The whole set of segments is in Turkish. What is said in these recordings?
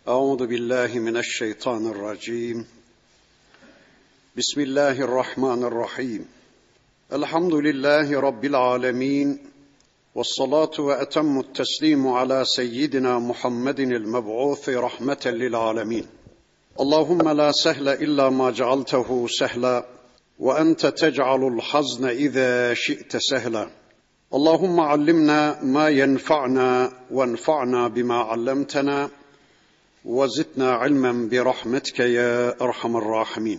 أعوذ بالله من الشيطان الرجيم بسم الله الرحمن الرحيم الحمد لله رب العالمين والصلاة وأتم التسليم على سيدنا محمد المبعوث رحمة للعالمين اللهم لا سهل إلا ما جعلته سهلا وأنت تجعل الحزن إذا شئت سهلا اللهم علمنا ما ينفعنا وانفعنا بما علمتنا وزدنا علما برحمتك يا أرحم الراحمين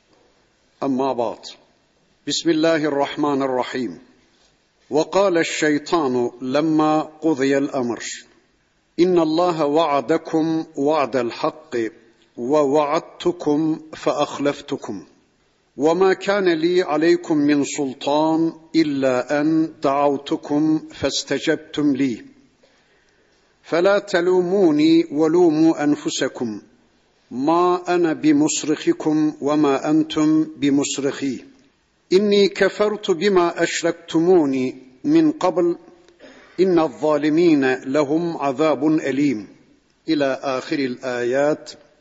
أما بعد بسم الله الرحمن الرحيم وقال الشيطان لما قضي الأمر إن الله وعدكم وعد الحق ووعدتكم فأخلفتكم وما كان لي عليكم من سلطان إلا أن دعوتكم فاستجبتم لي فلا تلوموني ولوموا أنفسكم ما أنا بمصرخكم وما أنتم بمصرخي إني كفرت بما أشركتموني من قبل إن الظالمين لهم عذاب أليم إلى آخر الآيات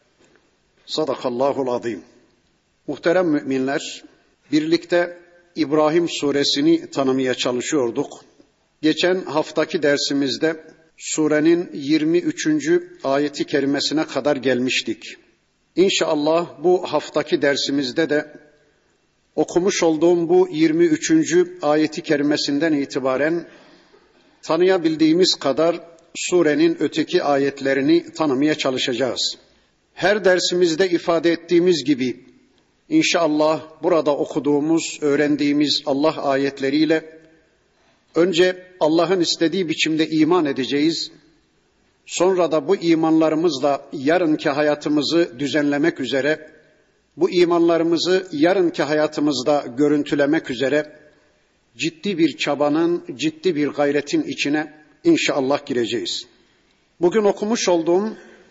صدق الله العظيم. Muhterem müminler, birlikte İbrahim suresini tanımaya çalışıyorduk. Geçen haftaki dersimizde surenin 23. ayeti kerimesine kadar gelmiştik. İnşallah bu haftaki dersimizde de okumuş olduğum bu 23. ayeti kerimesinden itibaren tanıyabildiğimiz kadar surenin öteki ayetlerini tanımaya çalışacağız. Her dersimizde ifade ettiğimiz gibi İnşallah burada okuduğumuz, öğrendiğimiz Allah ayetleriyle önce Allah'ın istediği biçimde iman edeceğiz. Sonra da bu imanlarımızla yarınki hayatımızı düzenlemek üzere, bu imanlarımızı yarınki hayatımızda görüntülemek üzere ciddi bir çabanın, ciddi bir gayretin içine inşallah gireceğiz. Bugün okumuş olduğum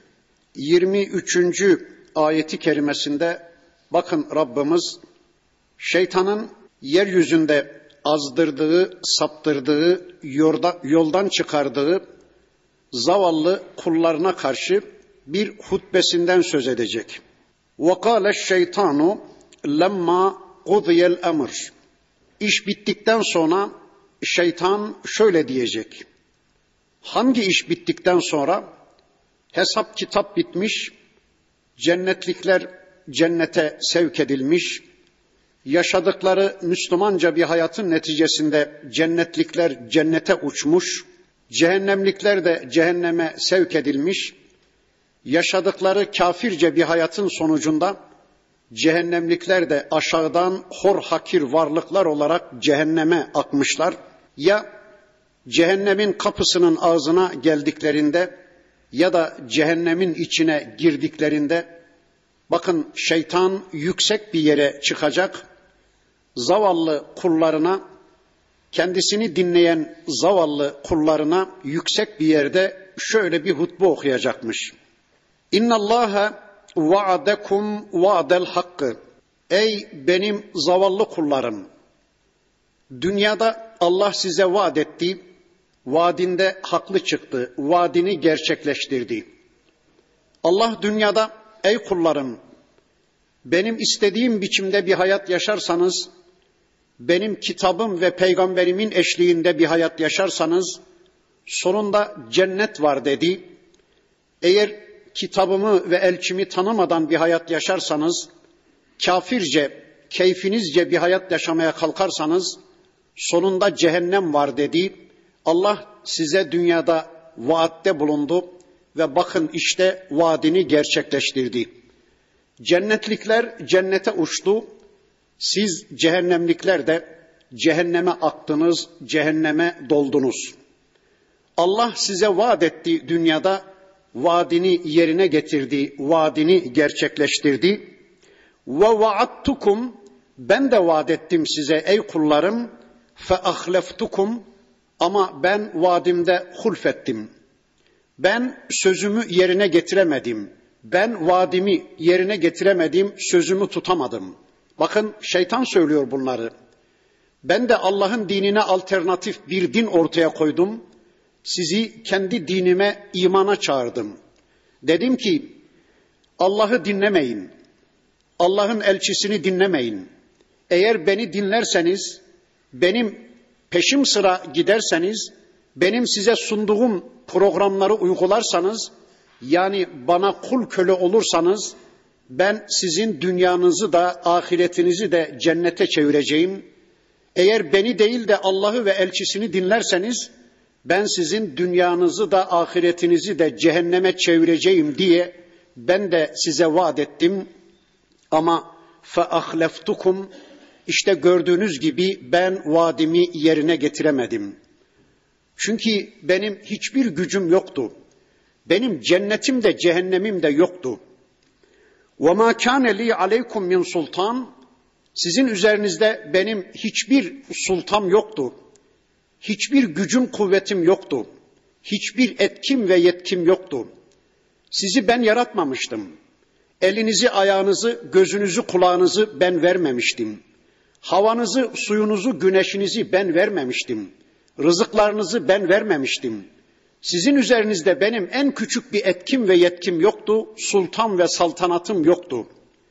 23. ayeti kerimesinde bakın Rabbimiz şeytanın yeryüzünde azdırdığı, saptırdığı, yoldan çıkardığı zavallı kullarına karşı bir hutbesinden söz edecek. وَقَالَ الشَّيْطَانُ لَمَّا قُضِيَ الْأَمْرِ İş bittikten sonra şeytan şöyle diyecek. Hangi iş bittikten sonra? Hesap kitap bitmiş, cennetlikler cennete sevk edilmiş, yaşadıkları Müslümanca bir hayatın neticesinde cennetlikler cennete uçmuş, cehennemlikler de cehenneme sevk edilmiş, yaşadıkları kafirce bir hayatın sonucunda cehennemlikler de aşağıdan hor hakir varlıklar olarak cehenneme akmışlar. Ya cehennemin kapısının ağzına geldiklerinde ya da cehennemin içine girdiklerinde bakın şeytan yüksek bir yere çıkacak, zavallı kullarına, kendisini dinleyen zavallı kullarına yüksek bir yerde şöyle bir hutbe okuyacakmış. İnnallâhe va'adekum va'del hakkı. Ey benim zavallı kullarım! Dünyada Allah size vaat etti, vaadinde haklı çıktı, vaadini gerçekleştirdi. Allah dünyada, ey kullarım, benim istediğim biçimde bir hayat yaşarsanız, benim kitabım ve peygamberimin eşliğinde bir hayat yaşarsanız, sonunda cennet var dedi. Eğer kitabımı ve elçimi tanımadan bir hayat yaşarsanız, kafirce, keyfinizce bir hayat yaşamaya kalkarsanız, sonunda cehennem var dedi. Allah size dünyada vaatte bulundu ve bakın işte vaadini gerçekleştirdi. Cennetlikler cennete uçtu, siz cehennemlikler de cehenneme aktınız, cehenneme doldunuz. Allah size vaat etti dünyada, vaadini yerine getirdi, vaadini gerçekleştirdi. Ve vaadtukum, ben de vaat ettim size ey kullarım, fe ahleftukum, ama ben vaadimde hulfettim. Ben sözümü yerine getiremedim. Ben vaadimi yerine getiremedim, sözümü tutamadım. Bakın şeytan söylüyor bunları. Ben de Allah'ın dinine alternatif bir din ortaya koydum. Sizi kendi dinime, imana çağırdım. Dedim ki Allah'ı dinlemeyin. Allah'ın elçisini dinlemeyin. Eğer beni dinlerseniz, benim peşim sıra giderseniz, benim size sunduğum programları uygularsanız, yani bana kul köle olursanız, ben sizin dünyanızı da ahiretinizi de cennete çevireceğim. Eğer beni değil de Allah'ı ve elçisini dinlerseniz, ben sizin dünyanızı da ahiretinizi de cehenneme çevireceğim diye ben de size vaat ettim. Ama فَاَخْلَفْتُكُمْ, işte gördüğünüz gibi ben vaadimi yerine getiremedim. Çünkü benim hiçbir gücüm yoktu. Benim cennetim de cehennemim de yoktu. وَمَا كَانَ لِي عَلَيْكُمْ مِنْ sultan, sizin üzerinizde benim hiçbir sultam yoktu. Hiçbir gücüm, kuvvetim yoktu. Hiçbir etkim ve yetkim yoktu. Sizi ben yaratmamıştım. Elinizi, ayağınızı, gözünüzü, kulağınızı ben vermemiştim. Havanızı, suyunuzu, güneşinizi ben vermemiştim. Rızıklarınızı ben vermemiştim. Sizin üzerinizde benim en küçük bir etkim ve yetkim yoktu. Sultan ve saltanatım yoktu.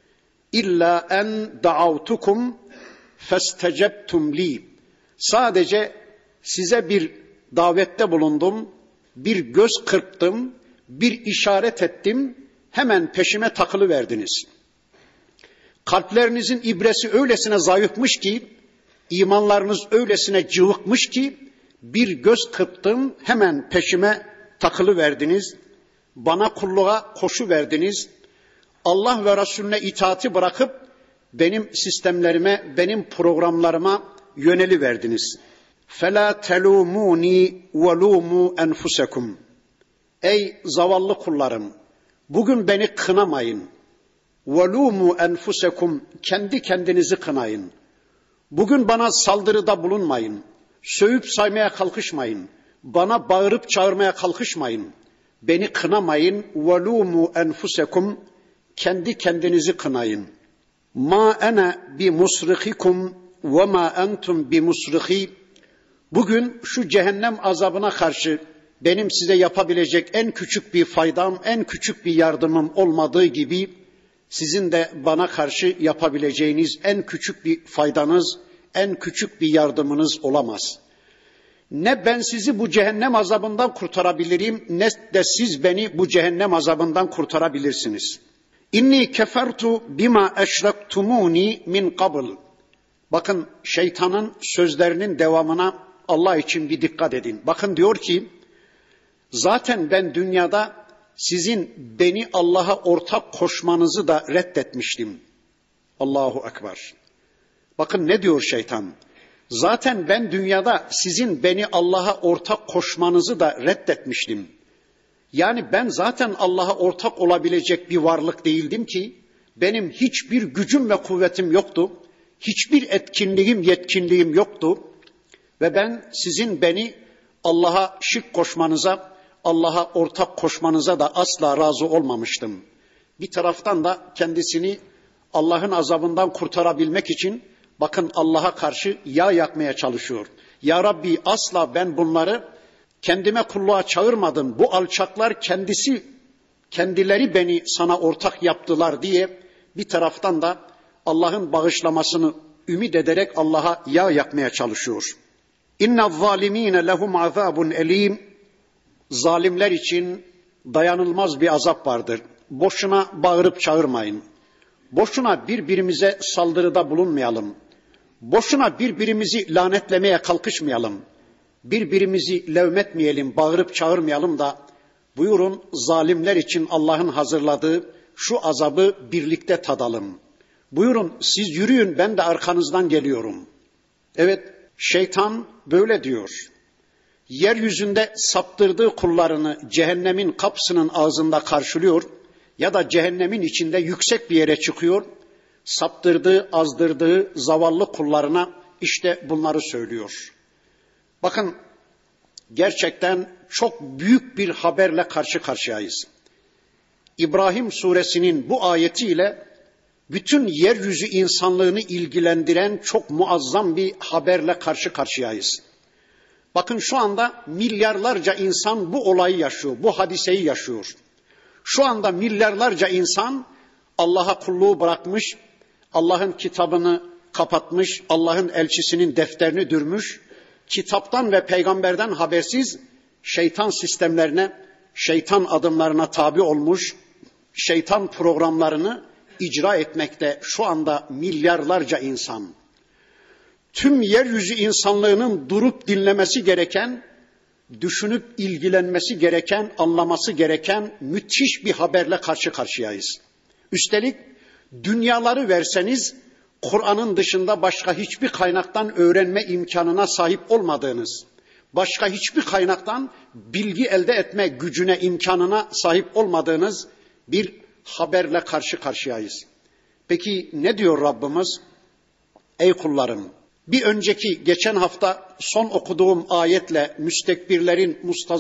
İlla en da'avtukum festecebtum li. Sadece size bir davette bulundum, bir göz kırptım, bir işaret ettim, hemen peşime takılıverdiniz. Kalplerinizin ibresi öylesine zayıfmış ki, imanlarınız öylesine cıvıkmış ki, bir göz kırptım, hemen peşime takılıverdiniz. Bana kulluğa koşuverdiniz. Allah ve Resulüne itaati bırakıp benim sistemlerime, benim programlarıma yöneliverdiniz. فَلَا تَلُومُونِي وَلُومُوا أَنْفُسَكُمْ. Ey zavallı kullarım, bugün beni kınamayın. وَلُومُوا أَنْفُسَكُمْ. Kendi kendinizi kınayın. Bugün bana saldırıda bulunmayın. Sövüp saymaya kalkışmayın. Bana bağırıp çağırmaya kalkışmayın. Beni kınamayın. وَلُومُوا أَنْفُسَكُمْ. Kendi kendinizi kınayın. مَا أَنَا بِمُصْرِخِكُمْ وَمَا أَنْتُمْ بِمُصْرِخِي. Bugün şu cehennem azabına karşı benim size yapabilecek en küçük bir faydam, en küçük bir yardımım olmadığı gibi, sizin de bana karşı yapabileceğiniz en küçük bir faydanız, en küçük bir yardımınız olamaz. Ne ben sizi bu cehennem azabından kurtarabilirim, ne de siz beni bu cehennem azabından kurtarabilirsiniz. İnni kefertu bima eşraktumuni min qabl. Bakın şeytanın sözlerinin devamına Allah için bir dikkat edin. Bakın diyor ki, zaten ben dünyada sizin beni Allah'a ortak koşmanızı da reddetmiştim. Allahu Ekber. Bakın ne diyor şeytan? Zaten ben dünyada sizin beni Allah'a ortak koşmanızı da reddetmiştim. Yani ben zaten Allah'a ortak olabilecek bir varlık değildim ki, benim hiçbir gücüm ve kuvvetim yoktu. Hiçbir etkinliğim, yetkinliğim yoktu. Ve ben sizin beni Allah'a şirk koşmanıza, Allah'a ortak koşmanıza da asla razı olmamıştım. Bir taraftan da kendisini Allah'ın azabından kurtarabilmek için bakın Allah'a karşı yağ yakmaya çalışıyor. Ya Rabbi, asla ben bunları kendime kulluğa çağırmadım. Bu alçaklar kendileri beni sana ortak yaptılar diye bir taraftan da Allah'ın bağışlamasını ümit ederek Allah'a yağ yakmaya çalışıyor. İnne zâlimîne lehum azâbun elîm. Zalimler için dayanılmaz bir azap vardır. Boşuna bağırıp çağırmayın. Boşuna birbirimize saldırıda bulunmayalım. Boşuna birbirimizi lanetlemeye kalkışmayalım. Birbirimizi levmetmeyelim, bağırıp çağırmayalım da buyurun zalimler için Allah'ın hazırladığı şu azabı birlikte tadalım. Buyurun siz yürüyün, ben de arkanızdan geliyorum. Evet, şeytan böyle diyor. Yeryüzünde saptırdığı kullarını cehennemin kapısının ağzında karşılıyor ya da cehennemin içinde yüksek bir yere çıkıyor. Saptırdığı, azdırdığı zavallı kullarına işte bunları söylüyor. Bakın gerçekten çok büyük bir haberle karşı karşıyayız. İbrahim suresinin bu ayetiyle bütün yeryüzü insanlığını ilgilendiren çok muazzam bir haberle karşı karşıyayız. Bakın şu anda milyarlarca insan bu olayı yaşıyor, bu hadiseyi yaşıyor. Şu anda milyarlarca insan Allah'a kulluğu bırakmış, Allah'ın kitabını kapatmış, Allah'ın elçisinin defterini dürmüş, kitaptan ve peygamberden habersiz şeytan sistemlerine, şeytan adımlarına tabi olmuş, şeytan programlarını icra etmekte şu anda milyarlarca insan. Tüm yeryüzü insanlığının durup dinlemesi gereken, düşünüp ilgilenmesi gereken, anlaması gereken müthiş bir haberle karşı karşıyayız. Üstelik dünyaları verseniz Kur'an'ın dışında başka hiçbir kaynaktan öğrenme imkanına sahip olmadığınız, başka hiçbir kaynaktan bilgi elde etme gücüne, imkanına sahip olmadığınız bir haberle karşı karşıyayız. Peki ne diyor Rabbimiz? Ey kullarım, bir önceki geçen hafta son okuduğum ayetle müstekbirlerin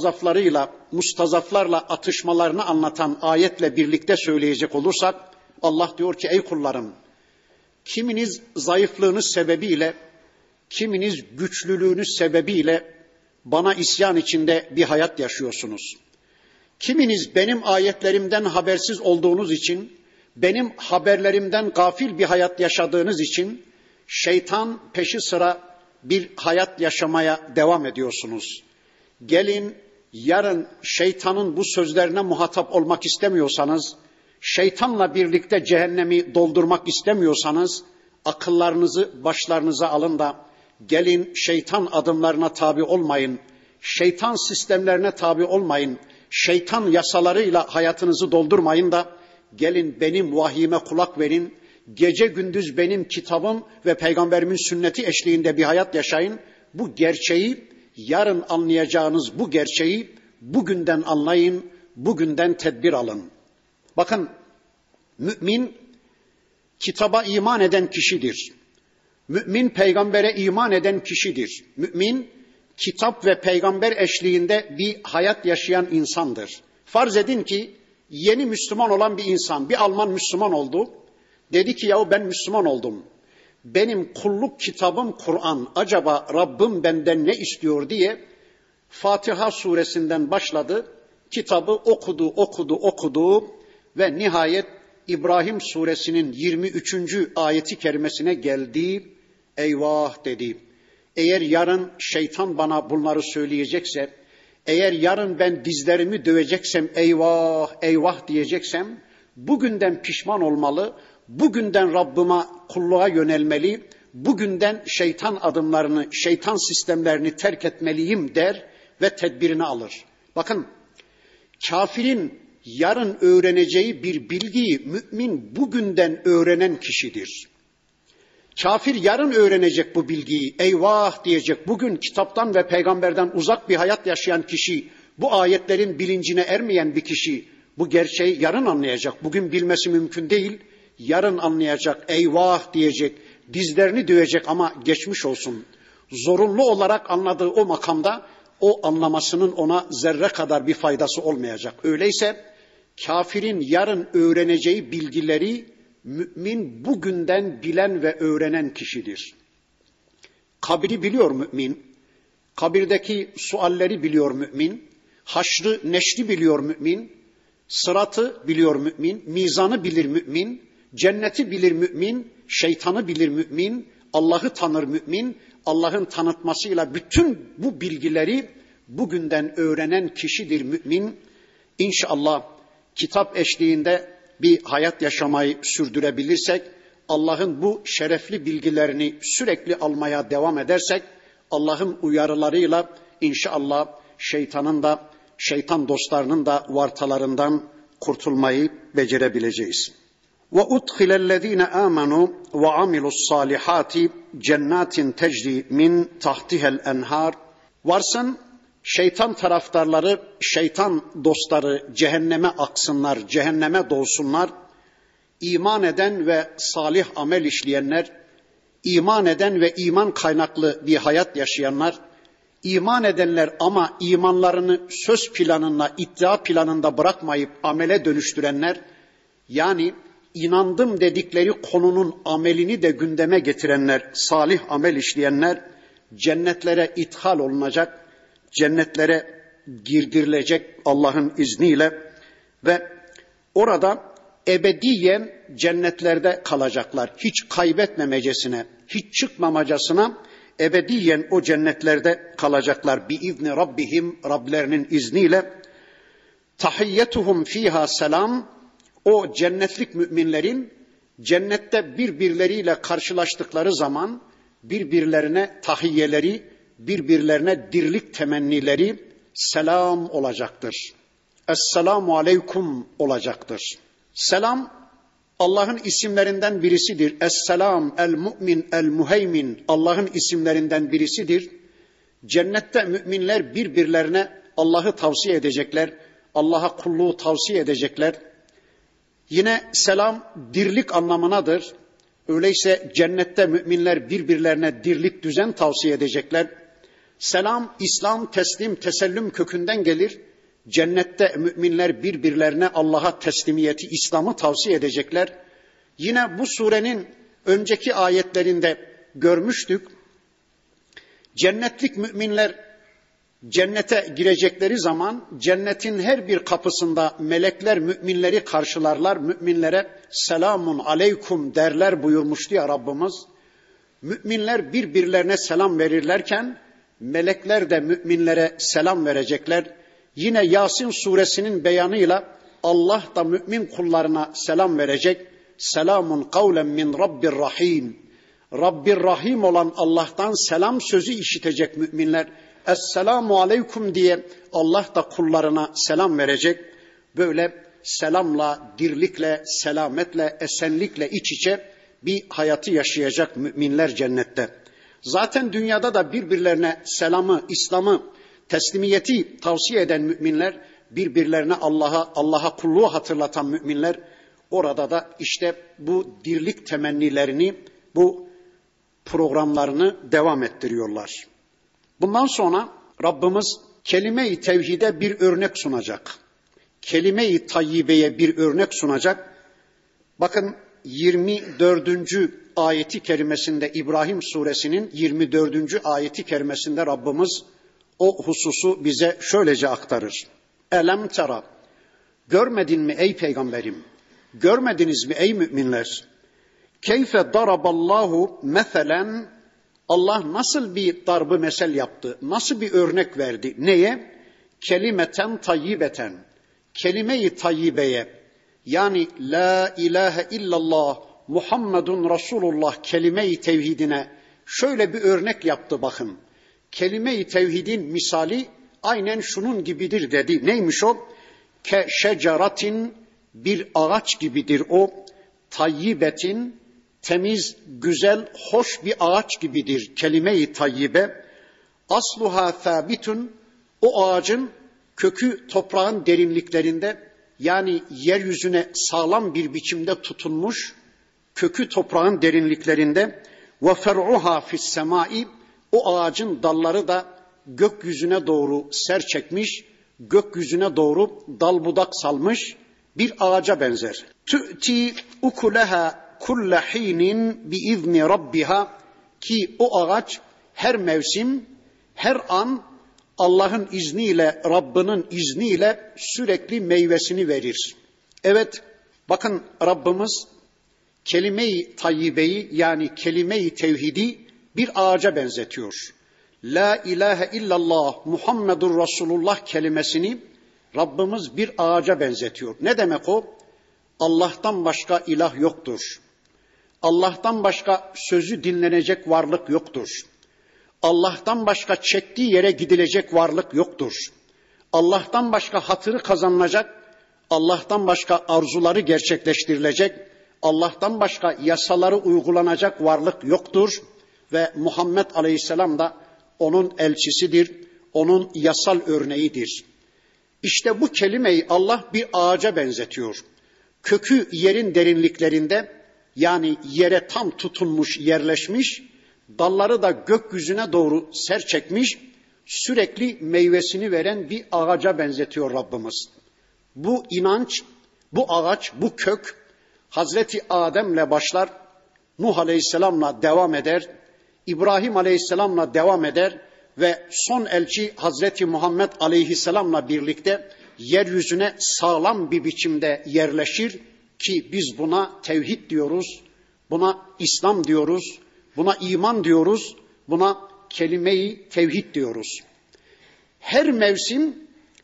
mustazaflarla atışmalarını anlatan ayetle birlikte söyleyecek olursak, Allah diyor ki ey kullarım, kiminiz zayıflığınız sebebiyle, kiminiz güçlülüğünüz sebebiyle bana isyan içinde bir hayat yaşıyorsunuz. Kiminiz benim ayetlerimden habersiz olduğunuz için, benim haberlerimden gafil bir hayat yaşadığınız için şeytan peşi sıra bir hayat yaşamaya devam ediyorsunuz. Gelin yarın şeytanın bu sözlerine muhatap olmak istemiyorsanız, şeytanla birlikte cehennemi doldurmak istemiyorsanız, akıllarınızı başlarınıza alın da gelin şeytan adımlarına tabi olmayın, şeytan sistemlerine tabi olmayın, şeytan yasalarıyla hayatınızı doldurmayın da gelin benim vahyime kulak verin, gece gündüz benim kitabım ve peygamberimin sünneti eşliğinde bir hayat yaşayın. Bu gerçeği, yarın anlayacağınız bu gerçeği bugünden anlayın, bugünden tedbir alın. Bakın, mümin kitaba iman eden kişidir. Mümin peygambere iman eden kişidir. Mümin kitap ve peygamber eşliğinde bir hayat yaşayan insandır. Farz edin ki yeni Müslüman olan bir insan, bir Alman Müslüman oldu. Dedi ki yahu ben Müslüman oldum. Benim kulluk kitabım Kur'an. Acaba Rabbim benden ne istiyor diye Fatiha suresinden başladı. Kitabı okudu ve nihayet İbrahim suresinin 23. ayeti kerimesine geldi. Eyvah dedi. Eğer yarın şeytan bana bunları söyleyecekse, eğer yarın ben dizlerimi döveceksem, eyvah eyvah diyeceksem, bugünden pişman olmalı, bugünden Rabbime kulluğa yönelmeli, bugünden şeytan adımlarını, şeytan sistemlerini terk etmeliyim der ve tedbirini alır. Bakın, kafirin yarın öğreneceği bir bilgiyi mümin bugünden öğrenen kişidir. Kafir yarın öğrenecek bu bilgiyi, eyvah diyecek. Bugün kitaptan ve peygamberden uzak bir hayat yaşayan kişi, bu ayetlerin bilincine ermeyen bir kişi, bu gerçeği yarın anlayacak. Bugün bilmesi mümkün değil, yarın anlayacak, eyvah diyecek, dizlerini dövecek ama geçmiş olsun. Zorunlu olarak anladığı o makamda, o anlamasının ona zerre kadar bir faydası olmayacak. Öyleyse kafirin yarın öğreneceği bilgileri mümin bugünden bilen ve öğrenen kişidir. Kabri biliyor mümin, kabirdeki sualleri biliyor mümin, haşrı neşri biliyor mümin, sıratı biliyor mümin, mizanı bilir mümin, cenneti bilir mümin, şeytanı bilir mümin, Allah'ı tanır mümin, Allah'ın tanıtmasıyla bütün bu bilgileri bugünden öğrenen kişidir mümin. İnşallah kitap eşliğinde bir hayat yaşamayı sürdürebilirsek, Allah'ın bu şerefli bilgilerini sürekli almaya devam edersek, Allah'ın uyarılarıyla inşallah şeytanın da, şeytan dostlarının da vartalarından kurtulmayı becerebileceğiz. وَاُدْخِلَ الَّذ۪ينَ آمَنُوا وَعَمِلُوا الصَّالِحَاتِ جَنَّاتٍ تَجْرِي مِنْ تَحْتِهَا الْاَنْهَارِ. Varsın şeytan taraftarları, şeytan dostları cehenneme aksınlar, cehenneme doğsunlar. İman eden ve salih amel işleyenler, iman eden ve iman kaynaklı bir hayat yaşayanlar, iman edenler ama imanlarını söz planına, iddia planında bırakmayıp amele dönüştürenler, yani inandım dedikleri konunun amelini de gündeme getirenler, salih amel işleyenler cennetlere ithal olunacak, cennetlere girdirilecek Allah'ın izniyle ve Orada ebediyen cennetlerde kalacaklar. Hiç kaybetmemecesine, hiç çıkmamacasına ebediyen o cennetlerde kalacaklar. Biizni Rabbihim, Rablerinin izniyle. Tahiyyetuhum fiha selam. O cennetlik müminlerin cennette birbirleriyle karşılaştıkları zaman birbirlerine tahiyyeleri, birbirlerine dirlik temennileri selam olacaktır. Esselamu aleyküm olacaktır. Selam Allah'ın isimlerinden birisidir. Es-selam, el-mu'min, el-muheymin Allah'ın isimlerinden birisidir. Cennette müminler birbirlerine Allah'ı tavsiye edecekler. Allah'a kulluğu tavsiye edecekler. Yine selam dirlik anlamınadır. Öyleyse cennette müminler birbirlerine dirlik düzen tavsiye edecekler. Selam, İslam, teslim, tesellüm kökünden gelir. Cennette müminler birbirlerine Allah'a teslimiyeti, İslam'ı tavsiye edecekler. Yine bu surenin önceki ayetlerinde görmüştük. Cennetlik müminler cennete girecekleri zaman cennetin her bir kapısında melekler müminleri karşılarlar. Müminlere selamun aleyküm derler buyurmuştu ya Rabbimiz. Müminler birbirlerine selam verirlerken melekler de müminlere selam verecekler. Yine Yasin suresinin beyanıyla Allah da mümin kullarına selam verecek. Selamun kavlen min Rabbir Rahim. Rabbir Rahim olan Allah'tan selam sözü işitecek müminler. Esselamu aleyküm diye Allah da kullarına selam verecek. Böyle selamla, dirlikle, selametle, esenlikle iç içe bir hayatı yaşayacak müminler cennette. Zaten dünyada da birbirlerine selamı, İslam'ı, teslimiyeti tavsiye eden müminler, birbirlerine Allah'a kulluğu hatırlatan müminler, orada da işte bu dirlik temennilerini, bu programlarını devam ettiriyorlar. Bundan sonra Rabbimiz kelime-i tevhide bir örnek sunacak. Kelime-i tayyibeye bir örnek sunacak. Bakın 24. ayeti kerimesinde, İbrahim suresinin 24. ayeti kerimesinde Rabbimiz o hususu bize şöylece aktarır. Elem tera, görmedin mi ey peygamberim, görmediniz mi ey müminler? Keyfe daraballahu meselen, Allah nasıl bir darbı mesel yaptı, nasıl bir örnek verdi, neye? Kelimeten tayyibeten, kelime-i tayyibeye, yani la ilahe illallah Muhammedun Resulullah kelime-i tevhidine şöyle bir örnek yaptı bakın. Kelime-i tevhidin misali aynen şunun gibidir dedi. Neymiş o? Ke şeceratin, bir ağaç gibidir o. Tayyibetin, temiz, güzel, hoş bir ağaç gibidir kelime-i tayyibe. Asluha thabitun, o ağacın kökü toprağın derinliklerinde, yani yeryüzüne sağlam bir biçimde tutunmuş, kökü toprağın derinliklerinde. Ve fer'uha fis semai, o ağacın dalları da gökyüzüne doğru ser çekmiş, gökyüzüne doğru dal budak salmış bir ağaca benzer. Tü'ti ukuleha kulle hinin biizni rabbiha, ki o ağaç her mevsim, her an Allah'ın izniyle, Rabbinin izniyle sürekli meyvesini verir. Evet, bakın Rabbimiz kelime-i tayyibeyi, yani kelime-i tevhidi bir ağaca benzetiyor. La ilahe illallah Muhammedur Resulullah kelimesini Rabbimiz bir ağaca benzetiyor. Ne demek o? Allah'tan başka ilah yoktur. Allah'tan başka sözü dinlenecek varlık yoktur. Allah'tan başka çektiği yere gidilecek varlık yoktur. Allah'tan başka hatırı kazanılacak, Allah'tan başka arzuları gerçekleştirilecek, Allah'tan başka yasaları uygulanacak varlık yoktur. Ve Muhammed Aleyhisselam da onun elçisidir, onun yasal örneğidir. İşte bu kelimeyi Allah bir ağaca benzetiyor. Kökü yerin derinliklerinde, yani yere tam tutunmuş, yerleşmiş, dalları da gökyüzüne doğru ser çekmiş, sürekli meyvesini veren bir ağaca benzetiyor Rabbimiz. Bu inanç, bu ağaç, bu kök Hazreti Adem'le başlar, Nuh Aleyhisselam'la devam eder, İbrahim Aleyhisselam'la devam eder ve son elçi Hazreti Muhammed Aleyhisselam'la birlikte yeryüzüne sağlam bir biçimde yerleşir ki biz buna tevhid diyoruz, buna İslam diyoruz, buna iman diyoruz, buna kelime-i tevhid diyoruz. Her mevsim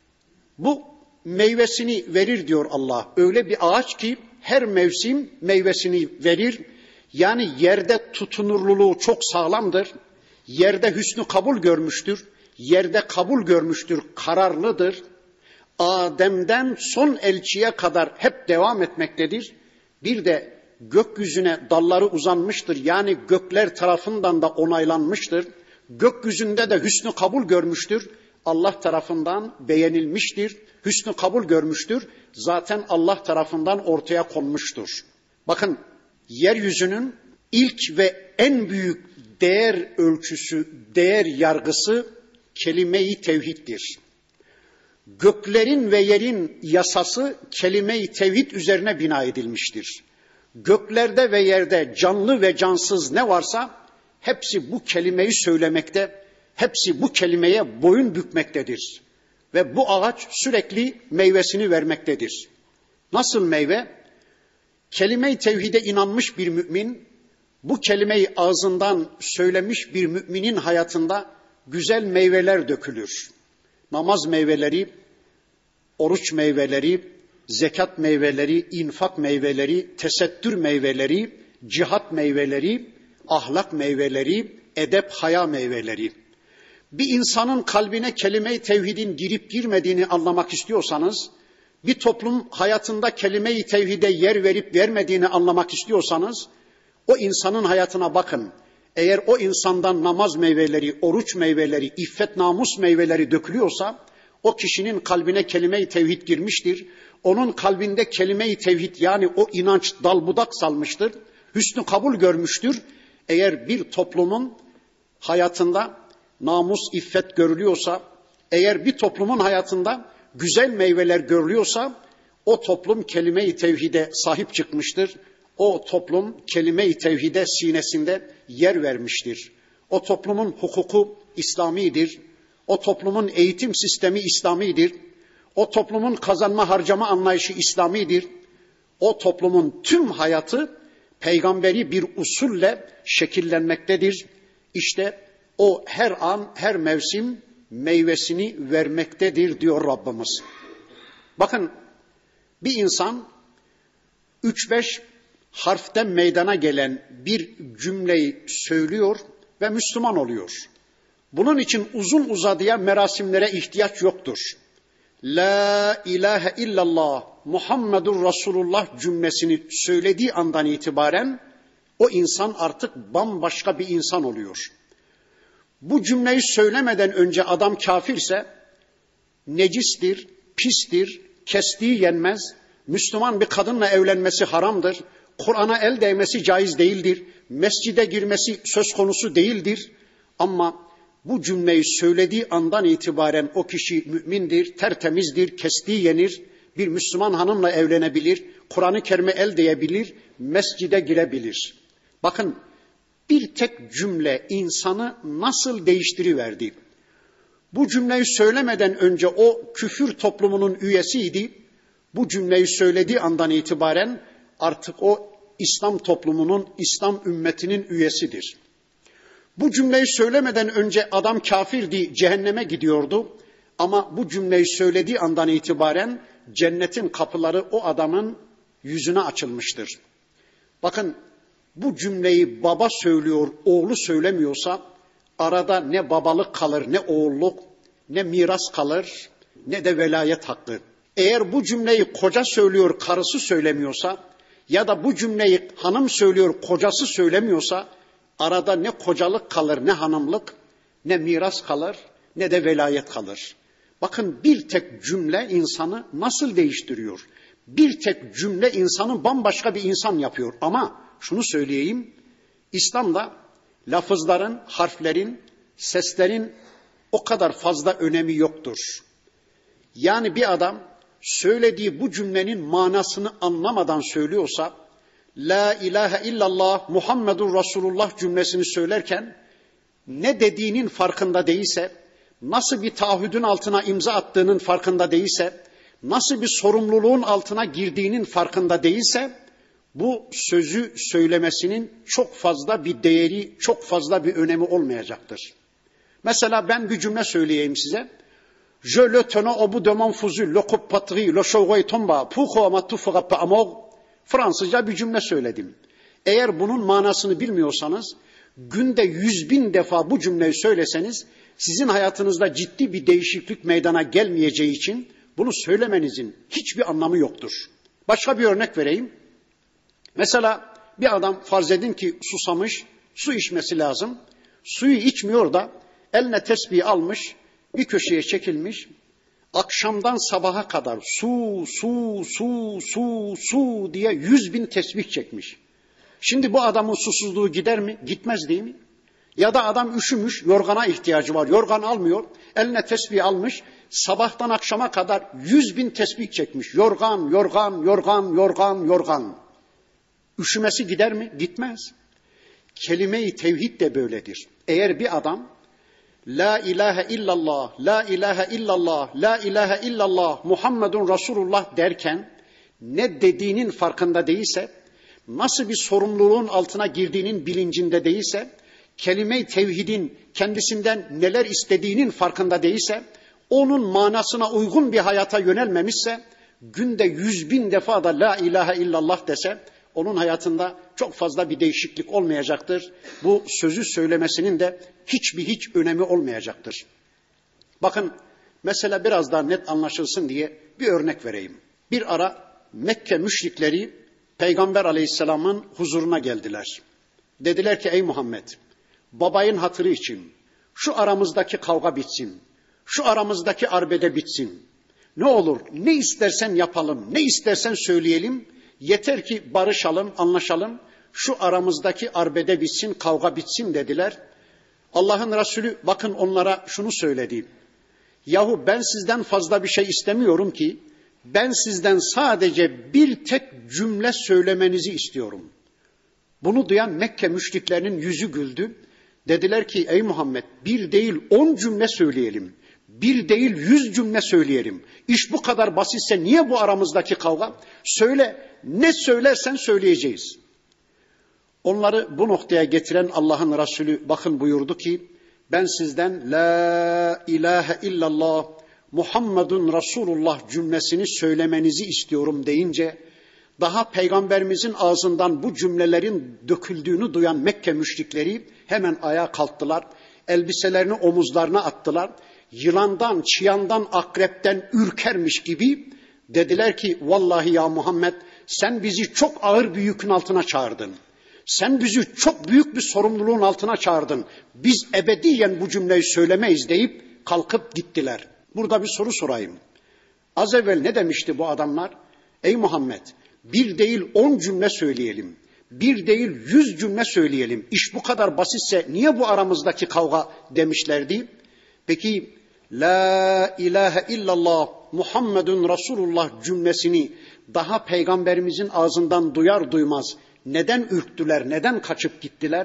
bu meyvesini verir diyor Allah. Öyle bir ağaç ki her mevsim meyvesini verir. Yani yerde tutunurluluğu çok sağlamdır. Yerde hüsnü kabul görmüştür. Yerde kabul görmüştür, kararlıdır. Adem'den son elçiye kadar hep devam etmektedir. Bir de gökyüzüne dalları uzanmıştır. Yani gökler tarafından da onaylanmıştır. Gökyüzünde de hüsnü kabul görmüştür. Allah tarafından beğenilmiştir. Hüsnü kabul görmüştür. Zaten Allah tarafından ortaya konmuştur. Bakın, yeryüzünün ilk ve en büyük değer ölçüsü, değer yargısı kelime-i tevhiddir. Göklerin ve yerin yasası kelime-i tevhid üzerine bina edilmiştir. Göklerde ve yerde canlı ve cansız ne varsa hepsi bu kelimeyi söylemekte, hepsi bu kelimeye boyun bükmektedir. Ve bu ağaç sürekli meyvesini vermektedir. Nasıl meyve? Kelime-i tevhide inanmış bir mümin, bu kelimeyi ağzından söylemiş bir müminin hayatında güzel meyveler dökülür. Namaz meyveleri, oruç meyveleri, zekat meyveleri, infak meyveleri, tesettür meyveleri, cihat meyveleri, ahlak meyveleri, edep, haya meyveleri. Bir insanın kalbine kelime-i tevhidin girip girmediğini anlamak istiyorsanız, bir toplum hayatında kelime-i tevhide yer verip vermediğini anlamak istiyorsanız, o insanın hayatına bakın. Eğer o insandan namaz meyveleri, oruç meyveleri, iffet namus meyveleri dökülüyorsa, o kişinin kalbine kelime-i tevhid girmiştir. Onun kalbinde kelime-i tevhid, yani o inanç dal budak salmıştır. Hüsnü kabul görmüştür. Eğer bir toplumun hayatında namus, iffet görülüyorsa, eğer bir toplumun hayatında güzel meyveler görülüyorsa, o toplum kelime-i tevhide sahip çıkmıştır. O toplum kelime-i tevhide sinesinde yer vermiştir. O toplumun hukuku İslamidir. O toplumun eğitim sistemi İslamidir. O toplumun kazanma harcama anlayışı İslamidir. O toplumun tüm hayatı peygamberi bir usulle şekillenmektedir. İşte o her an, her mevsim meyvesini vermektedir diyor Rabbimiz. Bakın, bir insan 3-5 harften meydana gelen bir cümleyi söylüyor ve Müslüman oluyor. Bunun için uzun uzadıya merasimlere ihtiyaç yoktur. La ilahe illallah Muhammedur Resulullah cümlesini söylediği andan itibaren o insan artık bambaşka bir insan oluyor. Bu cümleyi söylemeden önce adam kafirse, necistir, pistir, kestiği yenmez, Müslüman bir kadınla evlenmesi haramdır, Kur'an'a el değmesi caiz değildir, mescide girmesi söz konusu değildir. Ama bu cümleyi söylediği andan itibaren o kişi mümindir, tertemizdir, kestiği yenir, bir Müslüman hanımla evlenebilir, Kur'an-ı Kerim'e el değebilir, mescide girebilir. Bakın, bir tek cümle insanı nasıl değiştiriverdi. Bu cümleyi söylemeden önce o küfür toplumunun üyesiydi. Bu cümleyi söylediği andan itibaren artık o İslam toplumunun, İslam ümmetinin üyesidir. Bu cümleyi söylemeden önce adam kafirdi, cehenneme gidiyordu. Ama bu cümleyi söylediği andan itibaren cennetin kapıları o adamın yüzüne açılmıştır. Bakın, bu cümleyi baba söylüyor, oğlu söylemiyorsa arada ne babalık kalır, ne oğulluk, ne miras kalır, ne de velayet hakkı. Eğer bu cümleyi koca söylüyor, karısı söylemiyorsa ya da bu cümleyi hanım söylüyor, kocası söylemiyorsa arada ne kocalık kalır, ne hanımlık, ne miras kalır, ne de velayet kalır. Bakın, bir tek cümle insanı nasıl değiştiriyor? Bir tek cümle insanı bambaşka bir insan yapıyor. Ama şunu söyleyeyim, İslam'da lafızların, harflerin, seslerin o kadar fazla önemi yoktur. Yani bir adam söylediği bu cümlenin manasını anlamadan söylüyorsa, La ilahe illallah Muhammedur Resulullah cümlesini söylerken ne dediğinin farkında değilse, nasıl bir taahhüdün altına imza attığının farkında değilse, nasıl bir sorumluluğun altına girdiğinin farkında değilse, bu sözü söylemesinin çok fazla bir değeri, çok fazla bir önemi olmayacaktır. Mesela ben bir cümle söyleyeyim size. Je le tenais au bout de mon fusil, le coup patrie, le chevaux tomba, pourquoi ma tout fera pas mort? Fransızca bir cümle söyledim. Eğer bunun manasını bilmiyorsanız, günde 100.000 defa bu cümleyi söyleseniz, sizin hayatınızda ciddi bir değişiklik meydana gelmeyeceği için bunu söylemenizin hiçbir anlamı yoktur. Başka bir örnek vereyim. Mesela bir adam farz edin ki susamış, su içmesi lazım. Suyu içmiyor da eline tesbih almış, bir köşeye çekilmiş. Akşamdan sabaha kadar su, su, su, su, su diye 100.000 tesbih çekmiş. Şimdi bu adamın susuzluğu gider mi? Gitmez değil mi? Ya da adam üşümüş, yorgana ihtiyacı var. Yorgan almıyor, eline tesbih almış. Sabahtan akşama kadar 100.000 tesbih çekmiş. Yorgan, yorgan, yorgan, yorgan, yorgan. Üşümesi gider mi? Gitmez. Kelime-i tevhid de böyledir. Eğer bir adam La ilahe illallah, la ilahe illallah, la ilahe illallah, Muhammedun Resulullah derken ne dediğinin farkında değilse, nasıl bir sorumluluğun altına girdiğinin bilincinde değilse, kelime-i tevhidin kendisinden neler istediğinin farkında değilse, onun manasına uygun bir hayata yönelmemişse, günde 100.000 defa da la ilahe illallah dese, onun hayatında çok fazla bir değişiklik olmayacaktır. Bu sözü söylemesinin de hiç önemi olmayacaktır. Bakın mesela biraz daha net anlaşılsın diye bir örnek vereyim. Bir ara Mekke müşrikleri Peygamber Aleyhisselam'ın huzuruna geldiler. Dediler ki ey Muhammed, babayın hatırı için şu aramızdaki kavga bitsin, şu aramızdaki arbede bitsin. Ne olur ne istersen yapalım, ne istersen söyleyelim, yeter ki barışalım, anlaşalım, şu aramızdaki arbede bitsin, kavga bitsin dediler. Allah'ın Resulü bakın onlara şunu söyledi. Yahu ben sizden fazla bir şey istemiyorum ki, ben sizden sadece bir tek cümle söylemenizi istiyorum. Bunu duyan Mekke müşriklerinin yüzü güldü. Dediler ki ey Muhammed, bir değil 10 cümle söyleyelim. Bir değil 100 cümle söyleyelim. İş bu kadar basitse niye bu aramızdaki kavga? Söyle, ne söylersen söyleyeceğiz. Onları bu noktaya getiren Allah'ın Resulü bakın buyurdu ki, ben sizden la ilahe illallah Muhammedun Resulullah cümlesini söylemenizi istiyorum deyince, daha peygamberimizin ağzından bu cümlelerin döküldüğünü duyan Mekke müşrikleri hemen ayağa kalktılar, elbiselerini omuzlarına attılar, yılandan, çıyandan, akrepten ürkermiş gibi dediler ki vallahi ya Muhammed, sen bizi çok ağır bir yükün altına çağırdın. Sen bizi çok büyük bir sorumluluğun altına çağırdın. Biz ebediyen bu cümleyi söylemeyiz deyip kalkıp gittiler. Burada bir soru sorayım. Az evvel ne demişti bu adamlar? Ey Muhammed, bir değil 10 cümle söyleyelim. Bir değil 100 cümle söyleyelim. İş bu kadar basitse niye bu aramızdaki kavga demişlerdi? Peki la ilahe illallah Muhammedun Resulullah cümlesini daha peygamberimizin ağzından duyar duymaz neden ürktüler, neden kaçıp gittiler?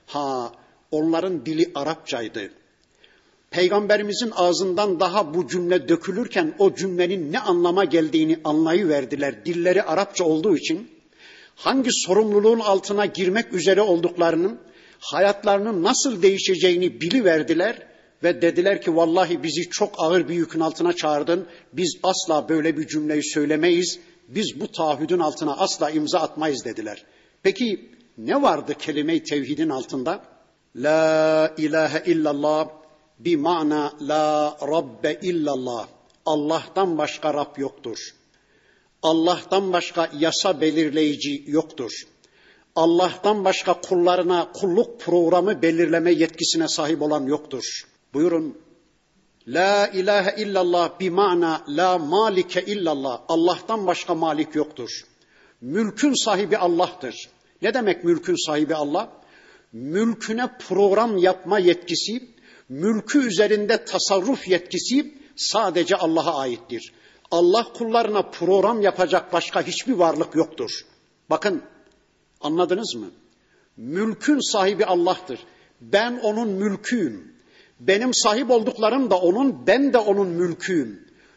Onların dili Arapçaydı. Peygamberimizin ağzından daha bu cümle dökülürken o cümlenin ne anlama geldiğini anlayıverdiler. Dilleri Arapça olduğu için hangi sorumluluğun altına girmek üzere olduklarının, hayatlarının nasıl değişeceğini biliverdiler ve dediler ki vallahi bizi çok ağır bir yükün altına çağırdın. Biz asla böyle bir cümleyi söylemeyiz. Biz bu taahhüdün altına asla imza atmayız dediler. Peki ne vardı kelime-i tevhidin altında? La ilahe illallah bi mana la rabbe illallah. Allah'tan başka Rab yoktur. Allah'tan başka yasa belirleyici yoktur. Allah'tan başka kullarına kulluk programı belirleme yetkisine sahip olan yoktur. Buyurun. La ilahe illallah bi mana la malike illallah. Allah'tan başka malik yoktur. Mülkün sahibi Allah'tır. Ne demek mülkün sahibi Allah? Mülküne program yapma yetkisi, mülkü üzerinde tasarruf yetkisi sadece Allah'a aittir. Allah kullarına program yapacak başka hiçbir varlık yoktur. Bakın, anladınız mı? Mülkün sahibi Allah'tır. Ben onun mülküyüm. Benim sahip olduklarım da onun, ben de onun mülküyüm.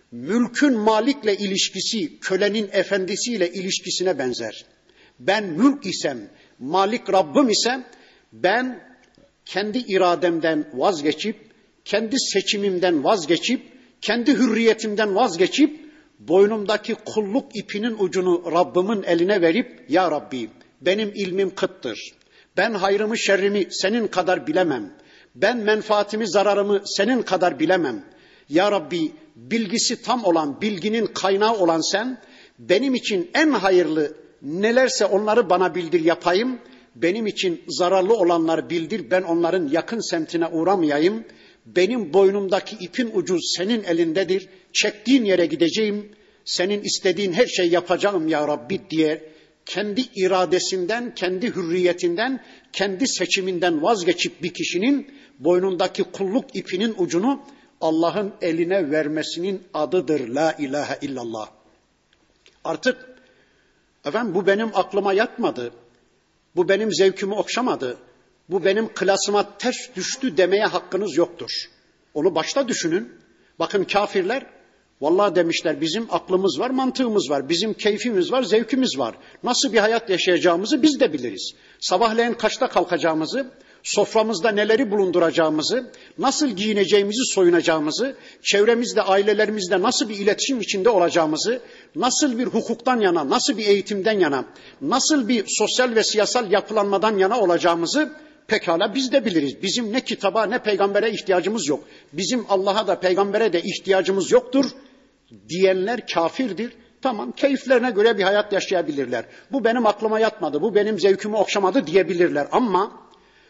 mülkün malikle ilişkisi, kölenin efendisiyle ilişkisine benzer. Ben mülk isem, malik Rabbim isem, ben kendi irademden vazgeçip, kendi seçimimden vazgeçip, kendi hürriyetimden vazgeçip, boynumdaki kulluk ipinin ucunu Rabbimin eline verip, ya Rabbi benim ilmim kıttır. Ben hayrımı şerrimi senin kadar bilemem. Ben menfaatimi zararımı senin kadar bilemem. Ya Rabbi bilgisi tam olan, bilginin kaynağı olan sen, benim için en hayırlı nelerse onları bana bildir yapayım. Benim için zararlı olanları bildir, ben onların yakın semtine uğramayayım. Benim boynumdaki ipin ucu senin elindedir. Çektiğin yere gideceğim. Senin istediğin her şeyi yapacağım ya Rabbi diye kendi iradesinden, kendi hürriyetinden, kendi seçiminden vazgeçip bir kişinin boynundaki kulluk ipinin ucunu Allah'ın eline vermesinin adıdır la ilahe illallah. Artık efendim bu benim aklıma yatmadı. Bu benim zevkimi okşamadı. Bu benim klasıma ters düştü demeye hakkınız yoktur. Onu başta düşünün. Bakın kafirler vallahi demişler bizim aklımız var, mantığımız var, bizim keyfimiz var, zevkimiz var. Nasıl bir hayat yaşayacağımızı biz de biliriz. Sabahleyin kaçta kalkacağımızı, soframızda neleri bulunduracağımızı, nasıl giyineceğimizi, soyunacağımızı, çevremizde, ailelerimizde nasıl bir iletişim içinde olacağımızı, nasıl bir hukuktan yana, nasıl bir eğitimden yana, nasıl bir sosyal ve siyasal yapılanmadan yana olacağımızı pekala biz de biliriz. Bizim ne kitaba ne peygambere ihtiyacımız yok. Bizim Allah'a da peygambere de ihtiyacımız yoktur diyenler kafirdir. Tamam, keyiflerine göre bir hayat yaşayabilirler. Bu benim aklıma yatmadı, bu benim zevkimi okşamadı diyebilirler. Ama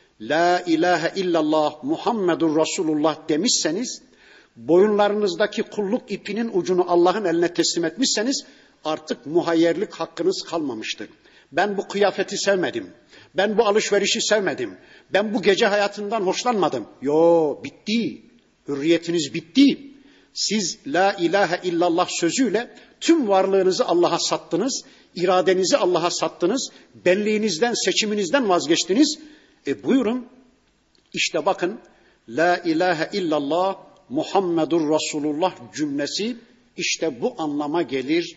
la ilahe illallah Muhammedur Resulullah demişseniz, boyunlarınızdaki kulluk ipinin ucunu Allah'ın eline teslim etmişseniz artık muhayyerlik hakkınız kalmamıştır. Ben bu kıyafeti sevmedim. Ben bu alışverişi sevmedim. Ben bu gece hayatından hoşlanmadım. Yo, bitti. Hürriyetiniz bitti. Siz la ilahe illallah sözüyle tüm varlığınızı Allah'a sattınız. İradenizi Allah'a sattınız. Benliğinizden, seçiminizden vazgeçtiniz. Buyurun. İşte bakın la ilahe illallah Muhammedur Resulullah cümlesi işte bu anlama gelir.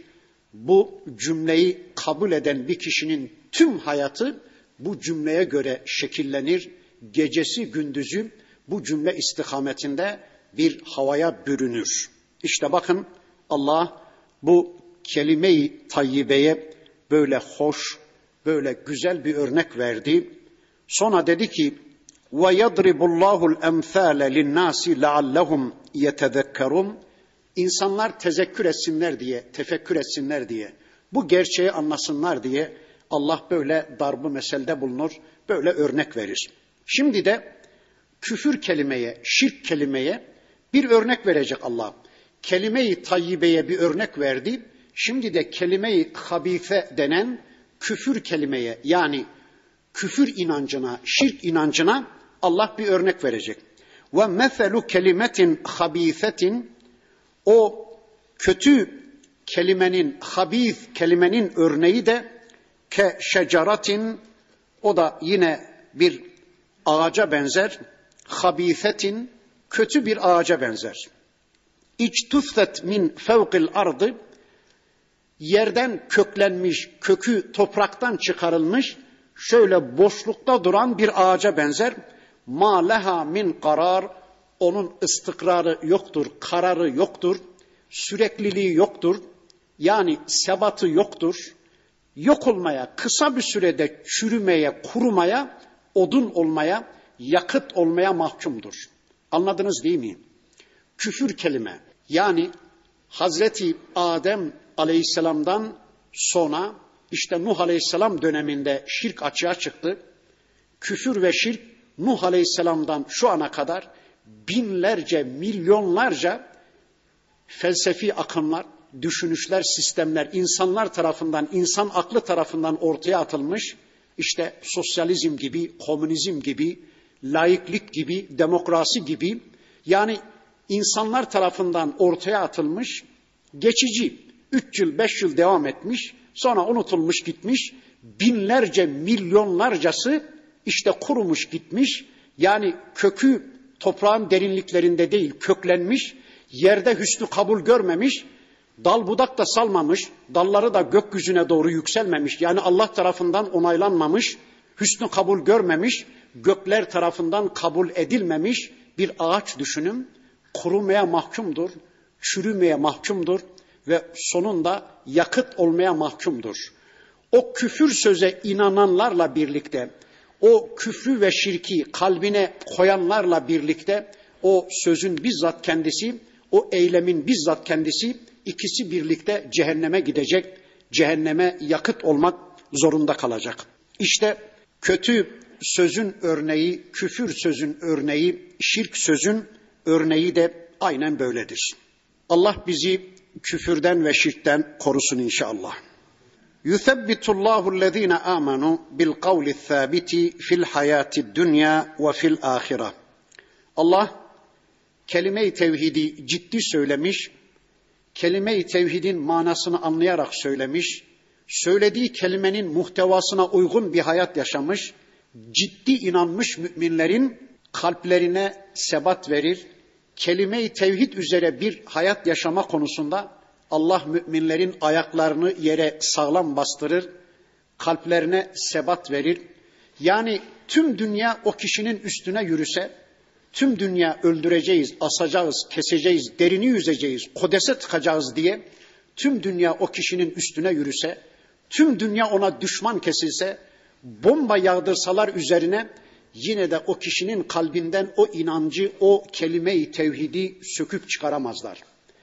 Bu cümleyi kabul eden bir kişinin tüm hayatı bu cümleye göre şekillenir. Gecesi gündüzü bu cümle istikametinde bir havaya bürünür. İşte bakın Allah bu kelime-i tayyibeye böyle hoş, böyle güzel bir örnek verdi. Sonra dedi ki وَيَضْرِبُ اللّٰهُ الْاَمْثَالَ لِلنَّاسِ لَعَلَّهُمْ يَتَذَكَّرُونَ İnsanlar tezekkür etsinler diye, tefekkür etsinler diye, bu gerçeği anlasınlar diye Allah böyle darb-ı meselde bulunur, böyle örnek verir. Şimdi de küfür kelimeye, şirk kelimeye bir örnek verecek Allah. Kelime-i tayyibeye bir örnek verdi. Şimdi de kelime-i habife denen küfür kelimeye, yani küfür inancına, şirk inancına Allah bir örnek verecek. Ve meselu kelimetin habisetin, o kötü kelimenin, habis kelimenin örneği de ke şeceratin, o da yine bir ağaca benzer. Habisetin, kötü bir ağaca benzer. İçtüffet min fevkil ardı, yerden köklenmiş, kökü topraktan çıkarılmış, şöyle boşlukta duran bir ağaca benzer. Ma leha min karar, onun istikrarı yoktur, kararı yoktur, sürekliliği yoktur, yani sebatı yoktur. Yok olmaya, kısa bir sürede çürümeye, kurumaya, odun olmaya, yakıt olmaya mahkumdur. Anladınız değil mi? Küfür kelime, yani Hazreti Adem Aleyhisselam'dan sonra işte Nuh Aleyhisselam döneminde şirk açığa çıktı. Küfür ve şirk Nuh Aleyhisselam'dan şu ana kadar binlerce, milyonlarca felsefi akımlar, düşünüşler, sistemler insanlar tarafından, insan aklı tarafından ortaya atılmış. İşte sosyalizm gibi, komünizm gibi, laiklik gibi, demokrasi gibi, yani insanlar tarafından ortaya atılmış, geçici, 3 yıl, 5 yıl devam etmiş, sonra unutulmuş gitmiş, binlerce, milyonlarcası işte kurumuş gitmiş, yani kökü toprağın derinliklerinde değil, köklenmiş, yerde hüsnü kabul görmemiş, dal budak da salmamış, dalları da gökyüzüne doğru yükselmemiş, yani Allah tarafından onaylanmamış, hüsnü kabul görmemiş, gökler tarafından kabul edilmemiş bir ağaç düşünün, kurumaya mahkumdur, çürümeye mahkumdur ve sonunda yakıt olmaya mahkumdur. O küfür söze inananlarla birlikte, o küfrü ve şirki kalbine koyanlarla birlikte o sözün bizzat kendisi, o eylemin bizzat kendisi, ikisi birlikte cehenneme gidecek, cehenneme yakıt olmak zorunda kalacak. İşte kötü sözün örneği, küfür sözün örneği, şirk sözün örneği de aynen böyledir. Allah bizi küfürden ve şirkten korusun inşallah. يُثَبِّتُ اللّٰهُ الَّذ۪ينَ آمَنُوا بِالْقَوْلِ الثَّابِتِ فِي الْحَيَاةِ الدُّنْيَا وَفِي الْآخِرَةِ. Allah kelime-i tevhidi ciddi söylemiş, kelime-i tevhidin manasını anlayarak söylemiş, söylediği kelimenin muhtevasına uygun bir hayat yaşamış, ciddi inanmış müminlerin kalplerine sebat verir, kelime-i tevhid üzere bir hayat yaşama konusunda Allah müminlerin ayaklarını yere sağlam bastırır, kalplerine sebat verir. Yani tüm dünya o kişinin üstüne yürüse, tüm dünya öldüreceğiz, asacağız, keseceğiz, derini yüzeceğiz, kodese tıkacağız diye tüm dünya o kişinin üstüne yürüse, tüm dünya ona düşman kesilse, bomba yağdırsalar üzerine yine de o kişinin kalbinden o inancı, o kelime-i tevhidi söküp çıkaramazlar.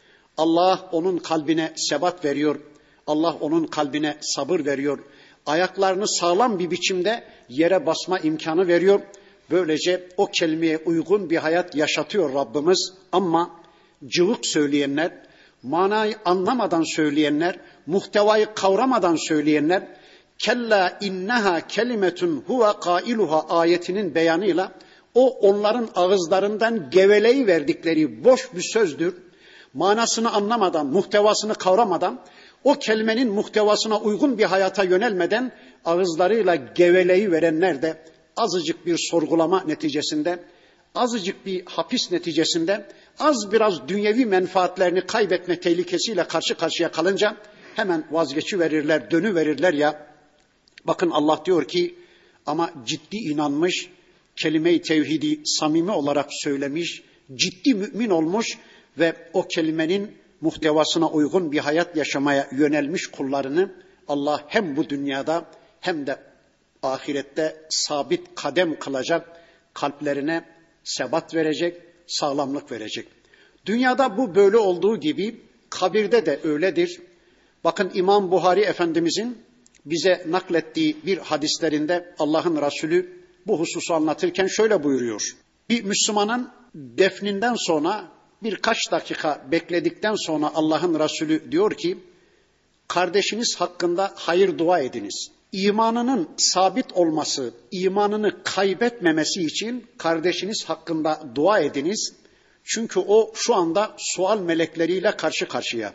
Allah onun kalbine sebat veriyor. Allah onun kalbine sabır veriyor. Ayaklarını sağlam bir biçimde yere basma imkanı veriyor. Böylece o kelimeye uygun bir hayat yaşatıyor Rabbimiz. Ama cıvık söyleyenler, manayı anlamadan söyleyenler, muhtevayı kavramadan söyleyenler, kella inneha kelimetun huve kailuha ayetinin beyanıyla o onların ağızlarından geveleyi verdikleri boş bir sözdür. Manasını anlamadan, muhtevasını kavramadan, o kelimenin muhtevasına uygun bir hayata yönelmeden ağızlarıyla geveleyi verenler de azıcık bir sorgulama neticesinde, azıcık bir hapis neticesinde, az biraz dünyevi menfaatlerini kaybetme tehlikesiyle karşı karşıya kalınca hemen vazgeçiverirler, dönüverirler ya. Bakın Allah diyor ki ama ciddi inanmış, kelime-i tevhidi samimi olarak söylemiş, ciddi mümin olmuş ve o kelimenin muhtevasına uygun bir hayat yaşamaya yönelmiş kullarını Allah hem bu dünyada hem de ahirette sabit kadem kılacak, kalplerine sebat verecek, sağlamlık verecek. Dünyada bu böyle olduğu gibi kabirde de öyledir. Bakın İmam Buhari Efendimizin bize naklettiği bir hadislerinde Allah'ın Resulü bu hususu anlatırken şöyle buyuruyor. Bir Müslümanın defninden sonra birkaç dakika bekledikten sonra Allah'ın Resulü diyor ki, kardeşiniz hakkında hayır dua ediniz. İmanının sabit olması, imanını kaybetmemesi için kardeşiniz hakkında dua ediniz. Çünkü o şu anda sual melekleriyle karşı karşıya.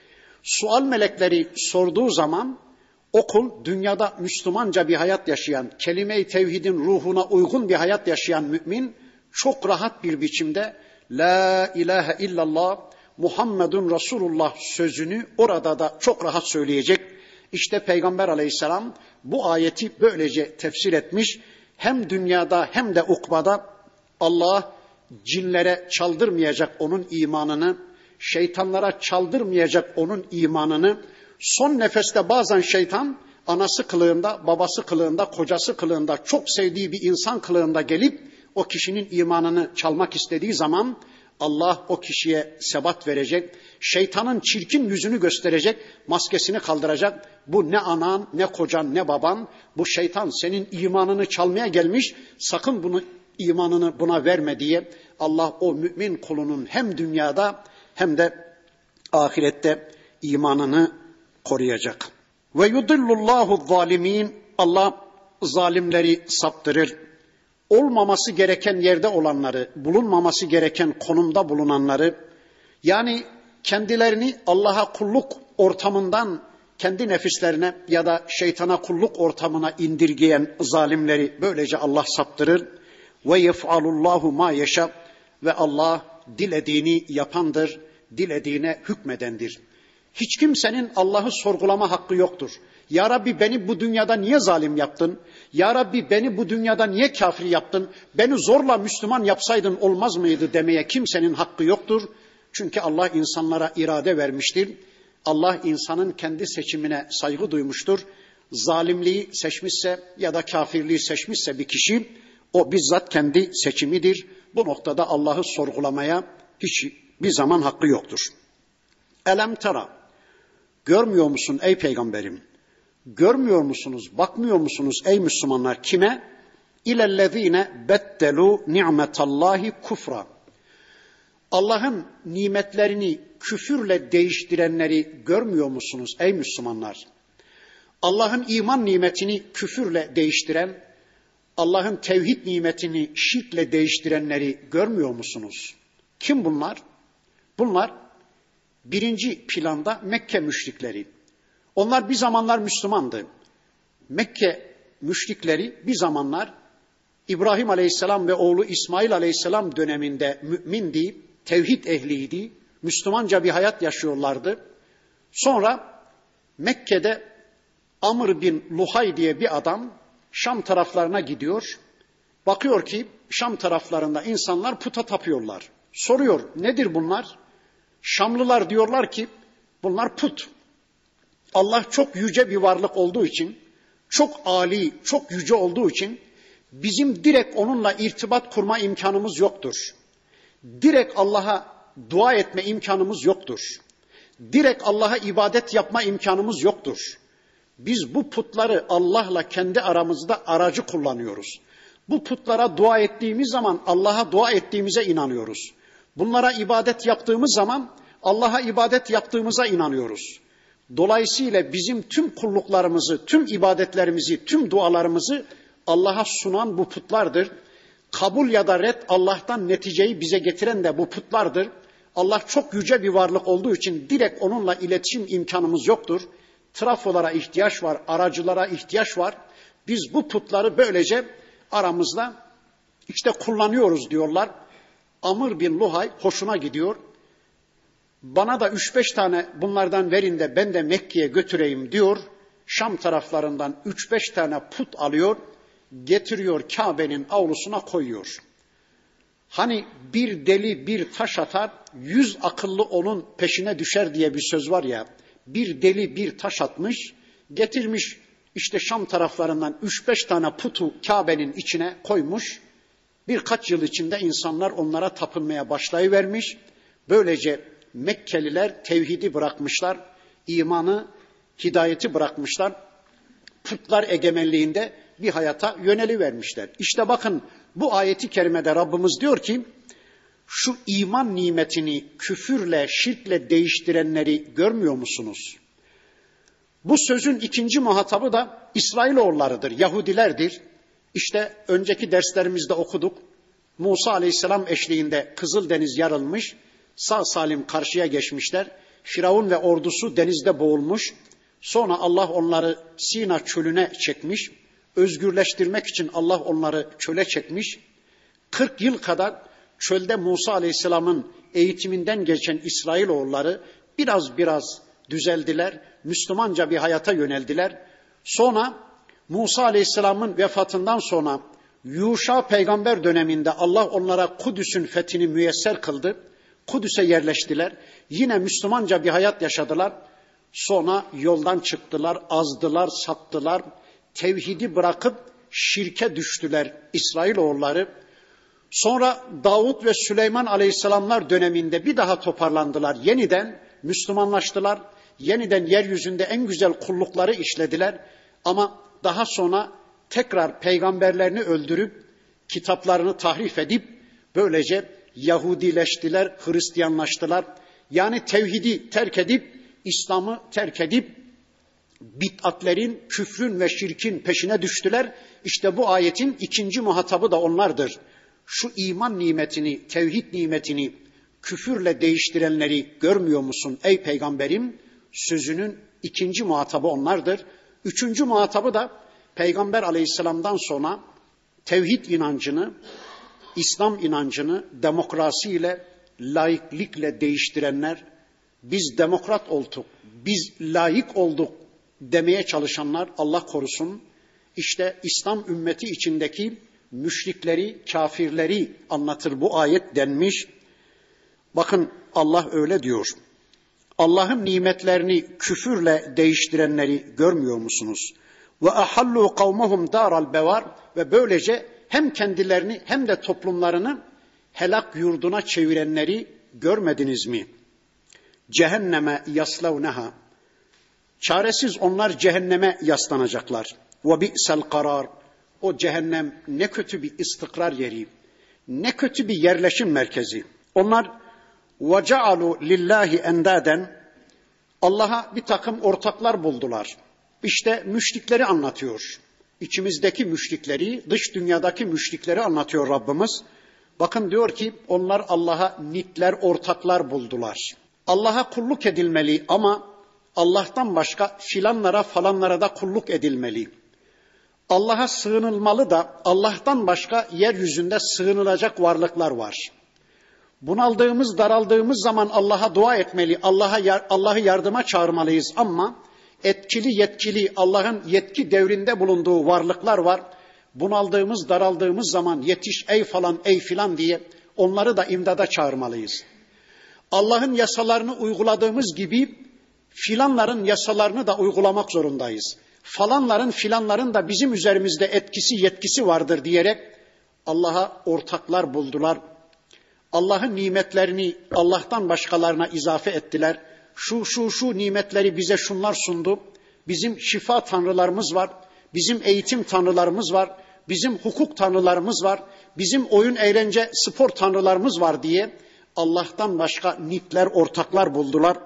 Sual melekleri sorduğu zaman o kul dünyada Müslümanca bir hayat yaşayan, kelime-i tevhidin ruhuna uygun bir hayat yaşayan mümin çok rahat bir biçimde La ilahe illallah Muhammedun Resulullah sözünü orada da çok rahat söyleyecek. İşte Peygamber Aleyhisselam bu ayeti böylece tefsir etmiş. Hem dünyada hem de ukbada Allah cinlere çaldırmayacak onun imanını, şeytanlara çaldırmayacak onun imanını. Son nefeste bazen şeytan anası kılığında, babası kılığında, kocası kılığında, çok sevdiği bir insan kılığında gelip o kişinin imanını çalmak istediği zaman Allah o kişiye sebat verecek, şeytanın çirkin yüzünü gösterecek, maskesini kaldıracak. Bu ne anan, ne kocan, ne baban, bu şeytan senin imanını çalmaya gelmiş, sakın bunu imanını buna verme diye Allah o mümin kulunun hem dünyada hem de ahirette imanını koruyacak. Ve yudillullahu zalimin, Allah zalimleri saptırır. Olmaması gereken yerde olanları, bulunmaması gereken konumda bulunanları, yani kendilerini Allah'a kulluk ortamından kendi nefislerine ya da şeytana kulluk ortamına indirgeyen zalimleri böylece Allah saptırır. Ve yef'alullahu ma yeşâ, ve Allah dilediğini yapandır, dilediğine hükmedendir. Hiç kimsenin Allah'ı sorgulama hakkı yoktur. Ya Rabbi beni bu dünyada niye zalim yaptın? Ya Rabbi beni bu dünyada niye kafir yaptın? Beni zorla Müslüman yapsaydın olmaz mıydı demeye kimsenin hakkı yoktur. Çünkü Allah insanlara irade vermiştir. Allah insanın kendi seçimine saygı duymuştur. Zalimliği seçmişse ya da kafirliği seçmişse bir kişi, o bizzat kendi seçimidir. Bu noktada Allah'ı sorgulamaya hiçbir zaman hakkı yoktur. Elem tera, görmüyor musun ey peygamberim? Görmüyor musunuz, bakmıyor musunuz ey Müslümanlar kime? İlellezine beddelu ni'metallahi kufra. Allah'ın nimetlerini küfürle değiştirenleri görmüyor musunuz ey Müslümanlar? Allah'ın iman nimetini küfürle değiştiren, Allah'ın tevhid nimetini şirkle değiştirenleri görmüyor musunuz? Kim bunlar? Bunlar birinci planda Mekke müşrikleri. Onlar bir zamanlar Müslümandı. Mekke müşrikleri bir zamanlar İbrahim Aleyhisselam ve oğlu İsmail Aleyhisselam döneminde mümindi, tevhid ehliydi, Müslümanca bir hayat yaşıyorlardı. Sonra Mekke'de Amr bin Luhay diye bir adam Şam taraflarına gidiyor. Bakıyor ki Şam taraflarında insanlar puta tapıyorlar. Soruyor, nedir bunlar? Şamlılar diyorlar ki bunlar put. Allah çok yüce bir varlık olduğu için, çok âli, çok yüce olduğu için bizim direkt onunla irtibat kurma imkanımız yoktur. Direkt Allah'a dua etme imkanımız yoktur. Direkt Allah'a ibadet yapma imkanımız yoktur. Biz bu putları Allah'la kendi aramızda aracı kullanıyoruz. Bu putlara dua ettiğimiz zaman Allah'a dua ettiğimize inanıyoruz. Bunlara ibadet yaptığımız zaman Allah'a ibadet yaptığımıza inanıyoruz. Dolayısıyla bizim tüm kulluklarımızı, tüm ibadetlerimizi, tüm dualarımızı Allah'a sunan bu putlardır. Kabul ya da red Allah'tan neticeyi bize getiren de bu putlardır. Allah çok yüce bir varlık olduğu için direkt onunla iletişim imkanımız yoktur. Trafolara ihtiyaç var, aracılara ihtiyaç var. Biz bu putları böylece aramızda işte kullanıyoruz diyorlar. Amr bin Luhay hoşuna gidiyor. Bana da 3-5 tane bunlardan verin de ben de Mekke'ye götüreyim diyor. Şam taraflarından 3-5 tane put alıyor, getiriyor Kabe'nin avlusuna koyuyor. Hani bir deli bir taş atar, 100 akıllı onun peşine düşer diye bir söz var ya. Bir deli bir taş atmış, getirmiş işte Şam taraflarından 3-5 tane putu Kabe'nin içine koymuş. Birkaç yıl içinde insanlar onlara tapınmaya başlayıvermiş. Böylece Mekkeliler tevhidi bırakmışlar, imanı, hidayeti bırakmışlar. Putlar egemenliğinde bir hayata yönelivermişler. İşte bakın bu ayeti kerimede Rabbimiz diyor ki, şu iman nimetini küfürle, şirkle değiştirenleri görmüyor musunuz? Bu sözün ikinci muhatabı da İsrailoğullarıdır, Yahudilerdir. İşte önceki derslerimizde okuduk. Musa Aleyhisselam eşliğinde Kızıldeniz yarılmış, sağ salim karşıya geçmişler. Firavun ve ordusu denizde boğulmuş. Sonra Allah onları Sina çölüne çekmiş. Özgürleştirmek için Allah onları çöle çekmiş. 40 yıl kadar çölde Musa Aleyhisselam'ın eğitiminden geçen İsrailoğulları biraz düzeldiler. Müslümanca bir hayata yöneldiler. Sonra Musa Aleyhisselam'ın vefatından sonra Yuşa peygamber döneminde Allah onlara Kudüs'ün fethini müyesser kıldı. Kudüs'e yerleştiler. Yine Müslümanca bir hayat yaşadılar. Sonra yoldan çıktılar, azdılar, saptılar. Tevhidi bırakıp şirke düştüler İsrailoğulları. Sonra Davut ve Süleyman Aleyhisselamlar döneminde bir daha toparlandılar. Yeniden Müslümanlaştılar. Yeniden yeryüzünde en güzel kullukları işlediler. Ama daha sonra tekrar peygamberlerini öldürüp, kitaplarını tahrif edip, böylece Yahudileştiler, Hristiyanlaştılar. Yani tevhidi terk edip, İslam'ı terk edip, bid'atlerin, küfrün ve şirkin peşine düştüler. İşte bu ayetin ikinci muhatabı da onlardır. Şu iman nimetini, tevhid nimetini küfürle değiştirenleri görmüyor musun ey peygamberim? Sözünün ikinci muhatabı onlardır. Üçüncü muhatabı da Peygamber Aleyhisselam'dan sonra tevhid inancını, İslam inancını demokrasiyle, laiklikle değiştirenler, biz demokrat olduk, biz laik olduk demeye çalışanlar Allah korusun, işte İslam ümmeti içindeki müşrikleri, kafirleri anlatır bu ayet denmiş. Bakın Allah öyle diyor. Allah'ın nimetlerini küfürle değiştirenleri görmüyor musunuz? Ve ahallu kavmahum daral bevar, ve böylece hem kendilerini hem de toplumlarını helak yurduna çevirenleri görmediniz mi? Cehenneme yaslavneha. Çaresiz onlar cehenneme yaslanacaklar. Ve bi'sel karar. O cehennem ne kötü bir istikrar yeri, ne kötü bir yerleşim merkezi. Onlar وَجَعَلُوا لِلّٰهِ اَنْدَادًا, Allah'a bir takım ortaklar buldular. İşte müşrikleri anlatıyor. İçimizdeki müşrikleri, dış dünyadaki müşrikleri anlatıyor Rabbimiz. Bakın diyor ki onlar Allah'a nitler, ortaklar buldular. Allah'a kulluk edilmeli ama Allah'tan başka filanlara falanlara da kulluk edilmeli. Allah'a sığınılmalı da Allah'tan başka yeryüzünde sığınılacak varlıklar var. Bunaldığımız, daraldığımız zaman Allah'a dua etmeli, Allah'ı yardıma çağırmalıyız ama etkili, yetkili, Allah'ın yetki devrinde bulunduğu varlıklar var. Bunaldığımız, daraldığımız zaman yetiş ey falan, ey filan diye onları da imdada çağırmalıyız. Allah'ın yasalarını uyguladığımız gibi filanların yasalarını da uygulamak zorundayız. Falanların filanların da bizim üzerimizde etkisi, yetkisi vardır diyerek Allah'a ortaklar buldular. Allah'ın nimetlerini Allah'tan başkalarına izafe ettiler. Şu nimetleri bize şunlar sundu. Bizim şifa tanrılarımız var. Bizim eğitim tanrılarımız var. Bizim hukuk tanrılarımız var. Bizim oyun, eğlence, spor tanrılarımız var diye Allah'tan başka nitler, ortaklar buldular.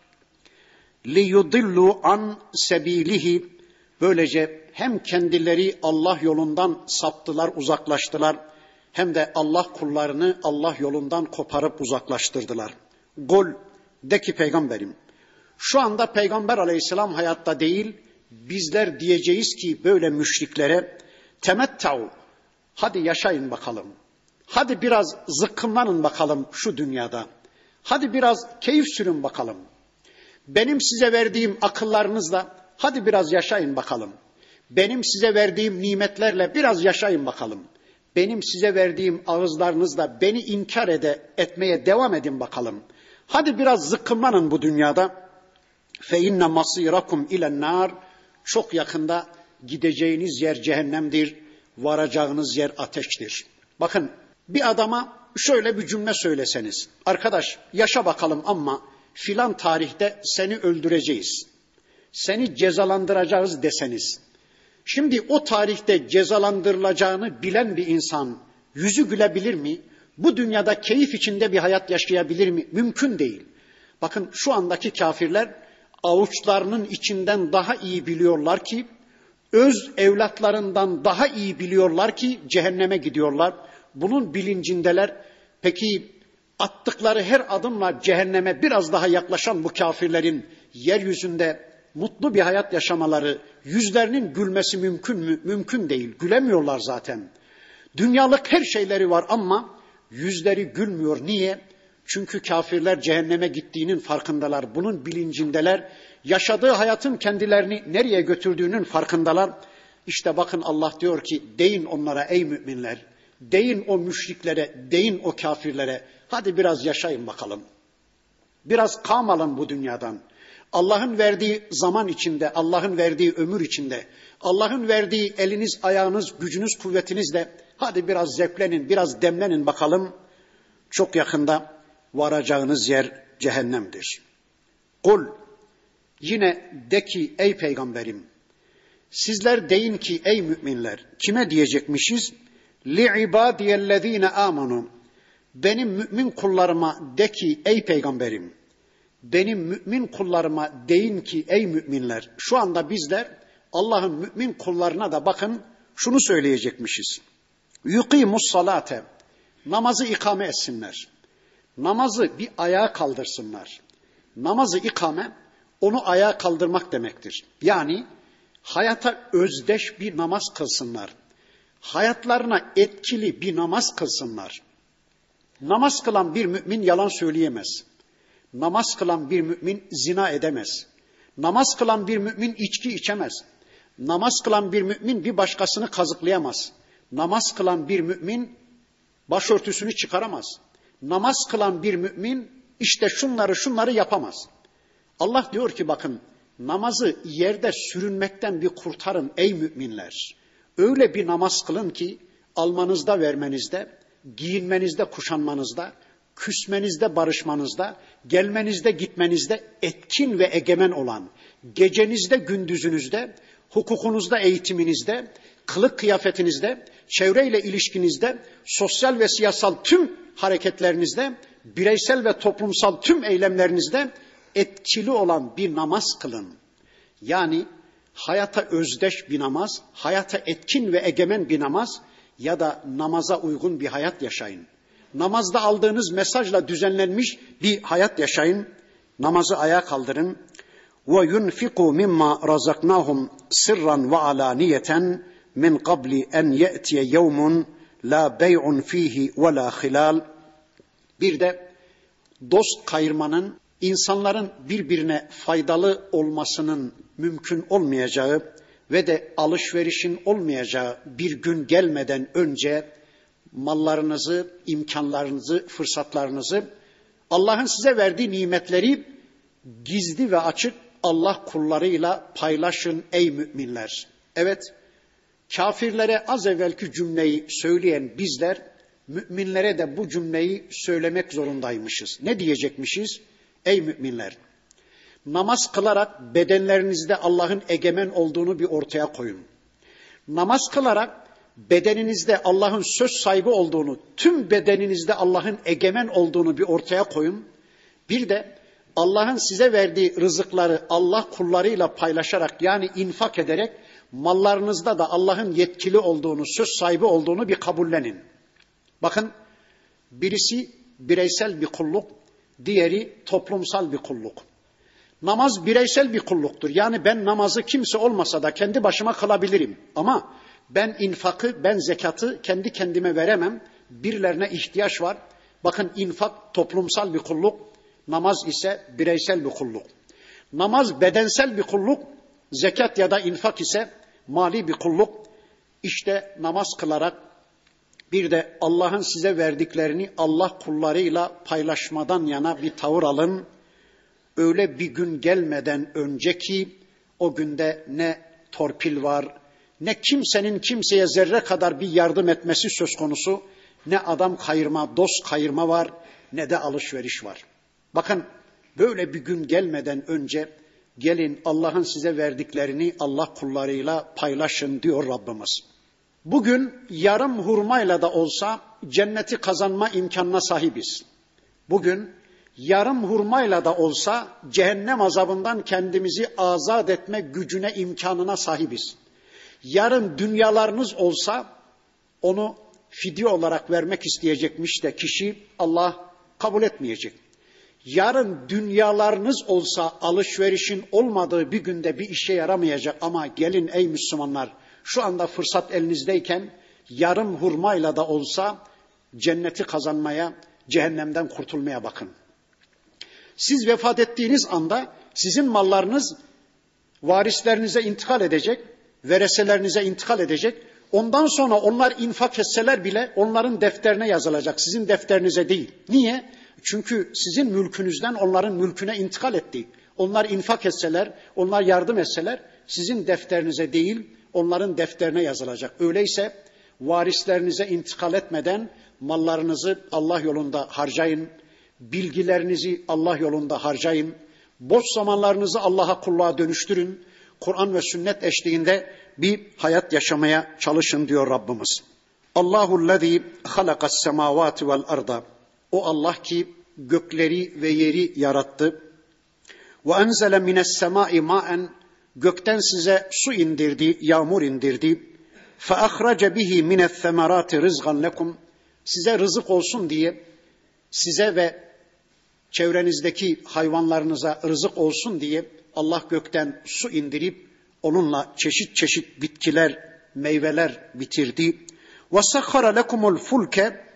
لِيُضِلُّوا عَنْ سَب۪يلِهِ. Böylece hem kendileri Allah yolundan saptılar, uzaklaştılar, hem de Allah kullarını Allah yolundan koparıp uzaklaştırdılar. Kul, de ki peygamberim, şu anda peygamber aleyhisselam hayatta değil, bizler diyeceğiz ki böyle müşriklere, temettau, hadi yaşayın bakalım, hadi biraz zıkkımlanın bakalım şu dünyada, hadi biraz keyif sürün bakalım, benim size verdiğim akıllarınızla hadi biraz yaşayın bakalım, benim size verdiğim nimetlerle biraz yaşayın bakalım, benim size verdiğim ağızlarınızla beni inkar etmeye devam edin bakalım. Hadi biraz zıkkımlanın bu dünyada. فَاِنَّ مَصِيرَكُمْ اِلَى النَّارِ. Çok yakında gideceğiniz yer cehennemdir, varacağınız yer ateştir. Bakın bir adama şöyle bir cümle söyleseniz, arkadaş yaşa bakalım ama filan tarihte seni öldüreceğiz, seni cezalandıracağız deseniz, şimdi o tarihte cezalandırılacağını bilen bir insan yüzü gülebilir mi? Bu dünyada keyif içinde bir hayat yaşayabilir mi? Mümkün değil. Bakın şu andaki kafirler avuçlarının içinden daha iyi biliyorlar ki, öz evlatlarından daha iyi biliyorlar ki cehenneme gidiyorlar. Bunun bilincindeler. Peki attıkları her adımla cehenneme biraz daha yaklaşan bu kafirlerin yeryüzünde mutlu bir hayat yaşamaları, yüzlerinin gülmesi mümkün mü? Mümkün değil. Gülemiyorlar zaten. Dünyalık her şeyleri var ama yüzleri gülmüyor. Niye? Çünkü kafirler cehenneme gittiğinin farkındalar. Bunun bilincindeler. Yaşadığı hayatın kendilerini nereye götürdüğünün farkındalar. İşte bakın Allah diyor ki deyin onlara ey müminler, deyin o müşriklere, deyin o kafirlere, hadi biraz yaşayın bakalım. Biraz kam alın bu dünyadan. Allah'ın verdiği zaman içinde, Allah'ın verdiği ömür içinde, Allah'ın verdiği eliniz, ayağınız, gücünüz, kuvvetinizle hadi biraz zevklenin, biraz demlenin bakalım. Çok yakında varacağınız yer cehennemdir. Kul, yine de ki ey peygamberim, sizler deyin ki ey müminler, kime diyecekmişiz? لِعِبَادِيَ amanu. Benim mümin kullarıma de ki ey peygamberim, benim mümin kullarıma deyin ki ey müminler. Şu anda bizler Allah'ın mümin kullarına da bakın şunu söyleyecekmişiz. Yuqimus salate. Namazı ikame etsinler. Namazı bir ayağa kaldırsınlar. Namazı ikame, onu ayağa kaldırmak demektir. Yani hayata özdeş bir namaz kılsınlar. Hayatlarına etkili bir namaz kılsınlar. Namaz kılan bir mümin yalan söyleyemez. Namaz kılan bir mümin zina edemez. Namaz kılan bir mümin içki içemez. Namaz kılan bir mümin bir başkasını kazıklayamaz. Namaz kılan bir mümin başörtüsünü çıkaramaz. Namaz kılan bir mümin işte şunları yapamaz. Allah diyor ki bakın, namazı yerde sürünmekten bir kurtarın ey müminler. Öyle bir namaz kılın ki almanızda, vermenizde, giyinmenizde, kuşanmanızda, küsmenizde, barışmanızda, gelmenizde, gitmenizde etkin ve egemen olan, gecenizde, gündüzünüzde, hukukunuzda, eğitiminizde, kılık kıyafetinizde, çevreyle ilişkinizde, sosyal ve siyasal tüm hareketlerinizde, bireysel ve toplumsal tüm eylemlerinizde etkili olan bir namaz kılın. Yani hayata özdeş bir namaz, hayata etkin ve egemen bir namaz ya da namaza uygun bir hayat yaşayın. Namazda aldığınız mesajla düzenlenmiş bir hayat yaşayın. Namazı ayağa kaldırın. وَيُنْفِقُوا مِمَّا رَزَقْنَاهُمْ سِرًّا وَعَلَانِيَةً مِنْ قَبْلِ أَنْ يَأْتِيَ يَوْمٌ لَا بَيْعٌ ف۪يهِ وَلَا خِلَالٌ. Bir de dost kayırmanın, insanların birbirine faydalı olmasının mümkün olmayacağı ve de alışverişin olmayacağı bir gün gelmeden önce mallarınızı, imkanlarınızı, fırsatlarınızı, Allah'ın size verdiği nimetleri gizli ve açık Allah kullarıyla paylaşın ey müminler. Evet, kafirlere az evvelki cümleyi söyleyen bizler, müminlere de bu cümleyi söylemek zorundaymışız. Ne diyecekmişiz? Ey müminler, namaz kılarak bedenlerinizde Allah'ın egemen olduğunu bir ortaya koyun. Namaz kılarak bedeninizde Allah'ın söz sahibi olduğunu, tüm bedeninizde Allah'ın egemen olduğunu bir ortaya koyun. Bir de Allah'ın size verdiği rızıkları Allah kullarıyla paylaşarak, yani infak ederek mallarınızda da Allah'ın yetkili olduğunu, söz sahibi olduğunu bir kabullenin. Bakın, birisi bireysel bir kulluk, diğeri toplumsal bir kulluk. Namaz bireysel bir kulluktur. Yani ben namazı kimse olmasa da kendi başıma kılabilirim. Ama ben infakı, ben zekatı kendi kendime veremem. Birilerine ihtiyaç var. Bakın, infak toplumsal bir kulluk, namaz ise bireysel bir kulluk. Namaz bedensel bir kulluk, zekat ya da infak ise mali bir kulluk. İşte namaz kılarak bir de Allah'ın size verdiklerini Allah kullarıyla paylaşmadan yana bir tavır alın. Öyle bir gün gelmeden önceki o günde ne torpil var, ne kimsenin kimseye zerre kadar bir yardım etmesi söz konusu, ne adam kayırma, dost kayırma var, ne de alışveriş var. Bakın, böyle bir gün gelmeden önce gelin Allah'ın size verdiklerini Allah kullarıyla paylaşın diyor Rabbimiz. Bugün yarım hurmayla da olsa cenneti kazanma imkanına sahibiz. Bugün yarım hurmayla da olsa cehennem azabından kendimizi azat etme gücüne, imkanına sahibiz. Yarın dünyalarınız olsa onu fidye olarak vermek isteyecekmiş de kişi, Allah kabul etmeyecek. Yarın dünyalarınız olsa alışverişin olmadığı bir günde bir işe yaramayacak, ama gelin ey Müslümanlar, şu anda fırsat elinizdeyken yarım hurmayla da olsa cenneti kazanmaya, cehennemden kurtulmaya bakın. Siz vefat ettiğiniz anda sizin mallarınız varislerinize intikal edecek, vereselerinize intikal edecek. Ondan sonra onlar infak etseler bile onların defterine yazılacak, sizin defterinize değil. Niye? Çünkü sizin mülkünüzden onların mülküne intikal etti. Onlar infak etseler, onlar yardım etseler sizin defterinize değil, onların defterine yazılacak. Öyleyse varislerinize intikal etmeden mallarınızı Allah yolunda harcayın, bilgilerinizi Allah yolunda harcayın, boş zamanlarınızı Allah'a, kulluğa dönüştürün, Kur'an ve sünnet eşliğinde bir hayat yaşamaya çalışın diyor Rabbimiz. Allahu'llezî halakas semâvâti vel arda. O Allah ki gökleri ve yeri yarattı. Ve enzele mines semâi mâen. Gökten size su indirdi, yağmur indirdi. Fe ahrace bihi mineth semerâti rızgan lekum. Size rızık olsun diye, size ve çevrenizdeki hayvanlarınıza rızık olsun diye Allah gökten su indirip onunla çeşit çeşit bitkiler, meyveler bitirdi. Ve sakhara lekumul fulke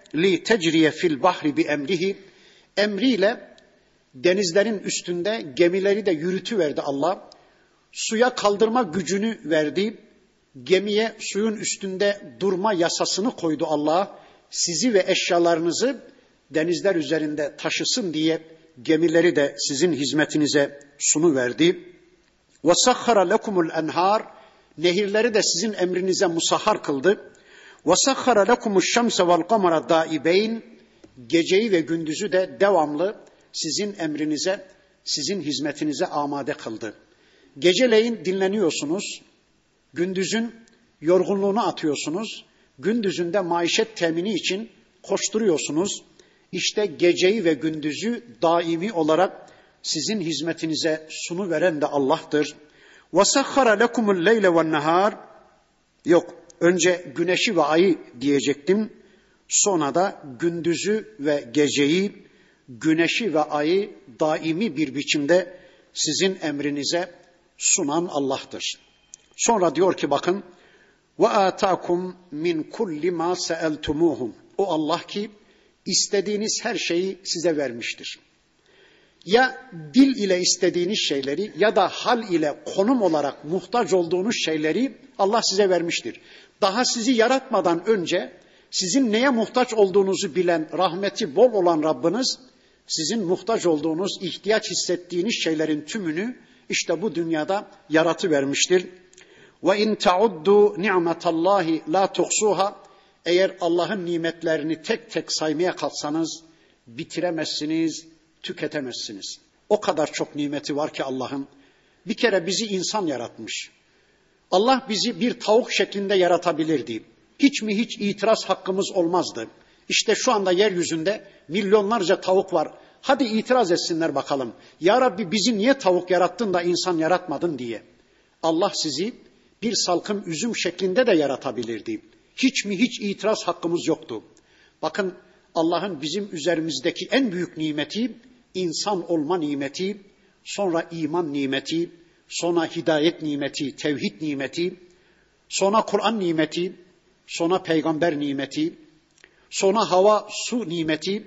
li tecriye fil bahri bi emrihi, emriyle denizlerin üstünde gemileri de yürütüverdi Allah. Suya kaldırma gücünü verdi. Gemiye suyun üstünde durma yasasını koydu Allah. Sizi ve eşyalarınızı denizler üzerinde taşısın diye gemileri de sizin hizmetinize sunuverdi. وَسَخَّرَ لَكُمُ الْاَنْهَارِ, nehirleri de sizin emrinize musahhar kıldı. وَسَخَّرَ لَكُمُ الشَّمْسَ وَالْقَمَرَ دَائِبَيْنِ, geceyi ve gündüzü de devamlı sizin emrinize, sizin hizmetinize amade kıldı. Geceleyin dinleniyorsunuz, gündüzün yorgunluğunu atıyorsunuz, gündüzünde maişet temini için koşturuyorsunuz. İşte geceyi ve gündüzü daimi olarak sizin hizmetinize sunuveren de Allah'tır. وَسَخَّرَ لَكُمُ اللَّيْلَ وَالنَّهَارِ, yok, önce güneşi ve ayı diyecektim. Sonra da gündüzü ve geceyi, güneşi ve ayı daimi bir biçimde sizin emrinize sunan Allah'tır. Sonra diyor ki bakın, وَآتَاكُمْ مِنْ كُلِّ مَا سَأَلْتُمُوهُمْ, o Allah ki istediğiniz her şeyi size vermiştir. Ya dil ile istediğiniz şeyleri ya da hal ile konum olarak muhtaç olduğunuz şeyleri Allah size vermiştir. Daha sizi yaratmadan önce sizin neye muhtaç olduğunuzu bilen, rahmeti bol olan Rabbiniz, sizin muhtaç olduğunuz, ihtiyaç hissettiğiniz şeylerin tümünü işte bu dünyada yaratıvermiştir. وَاِنْ تَعُدُّوا نِعْمَةَ اللّٰهِ لَا تُحْصُوهَا, eğer Allah'ın nimetlerini tek tek saymaya kalksanız bitiremezsiniz, tüketemezsiniz. O kadar çok nimeti var ki Allah'ın. Bir kere bizi insan yaratmış. Allah bizi bir tavuk şeklinde yaratabilirdi. Hiç mi hiç itiraz hakkımız olmazdı. İşte şu anda yeryüzünde milyonlarca tavuk var. Hadi itiraz etsinler bakalım. Ya Rabbi bizi niye tavuk yarattın da insan yaratmadın diye. Allah sizi bir salkım üzüm şeklinde de yaratabilirdi. Hiç mi hiç itiraz hakkımız yoktu. Bakın Allah'ın bizim üzerimizdeki en büyük nimeti insan olma nimeti, sonra iman nimeti, sonra hidayet nimeti, tevhid nimeti, sonra Kur'an nimeti, sonra peygamber nimeti, sonra hava, su nimeti.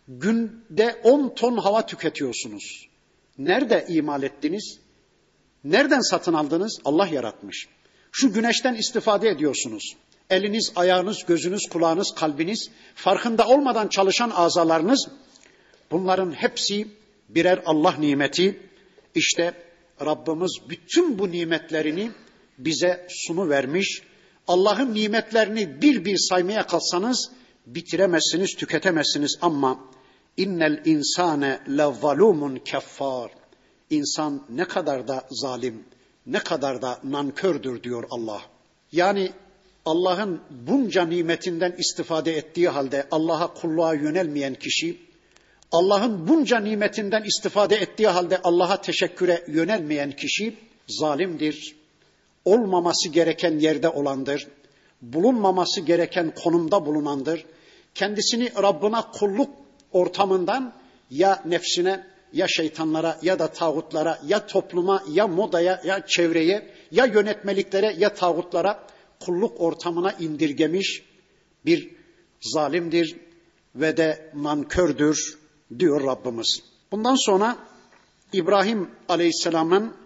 Günde 10 ton hava tüketiyorsunuz. Nerede imal ettiniz? Nereden satın aldınız? Allah yaratmış. Şu güneşten istifade ediyorsunuz. Eliniz, ayağınız, gözünüz, kulağınız, kalbiniz, farkında olmadan çalışan azalarınız, bunların hepsi birer Allah nimeti. İşte Rabbimiz bütün bu nimetlerini bize sunuvermiş. Allah'ın nimetlerini bir bir saymaya kalksanız bitiremezsiniz, tüketemezsiniz ama innel insane lezzalumun keffar. İnsan ne kadar da zalim, ne kadar da nankördür diyor Allah. Yani Allah'ın bunca nimetinden istifade ettiği halde Allah'a kulluğa yönelmeyen kişi, Allah'ın bunca nimetinden istifade ettiği halde Allah'a teşekküre yönelmeyen kişi zalimdir. Olmaması gereken yerde olandır. Bulunmaması gereken konumda bulunandır. Kendisini Rabbine kulluk ortamından ya nefsine, ya şeytanlara, ya da tağutlara, ya topluma, ya modaya, ya çevreye, ya yönetmeliklere, ya tağutlara kulluk ortamına indirgemiş bir zalimdir ve de nankördür diyor Rabbimiz. Bundan sonra İbrahim Aleyhisselam'ın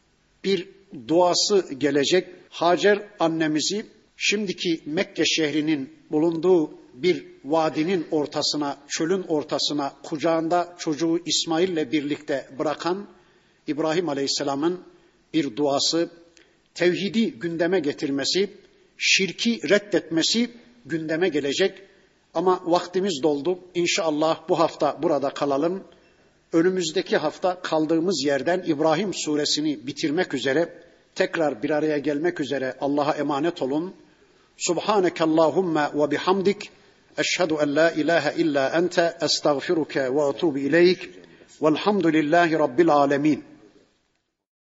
bir duası gelecek. Hacer annemizi şimdiki Mekke şehrinin bulunduğu bir vadinin ortasına, çölün ortasına kucağında çocuğu İsmail'le birlikte bırakan İbrahim Aleyhisselam'ın bir duası, tevhidi gündeme getirmesi, şirki reddetmesi gündeme gelecek. Ama vaktimiz doldu. İnşallah bu hafta burada kalalım. Önümüzdeki hafta kaldığımız yerden İbrahim suresini bitirmek üzere, tekrar bir araya gelmek üzere Allah'a emanet olun. Subhanekallahumma ve bihamdik. Eşhedü en la ilahe illa ente estağfiruke ve etubu ileyk. Velhamdülillahi Rabbil alemin.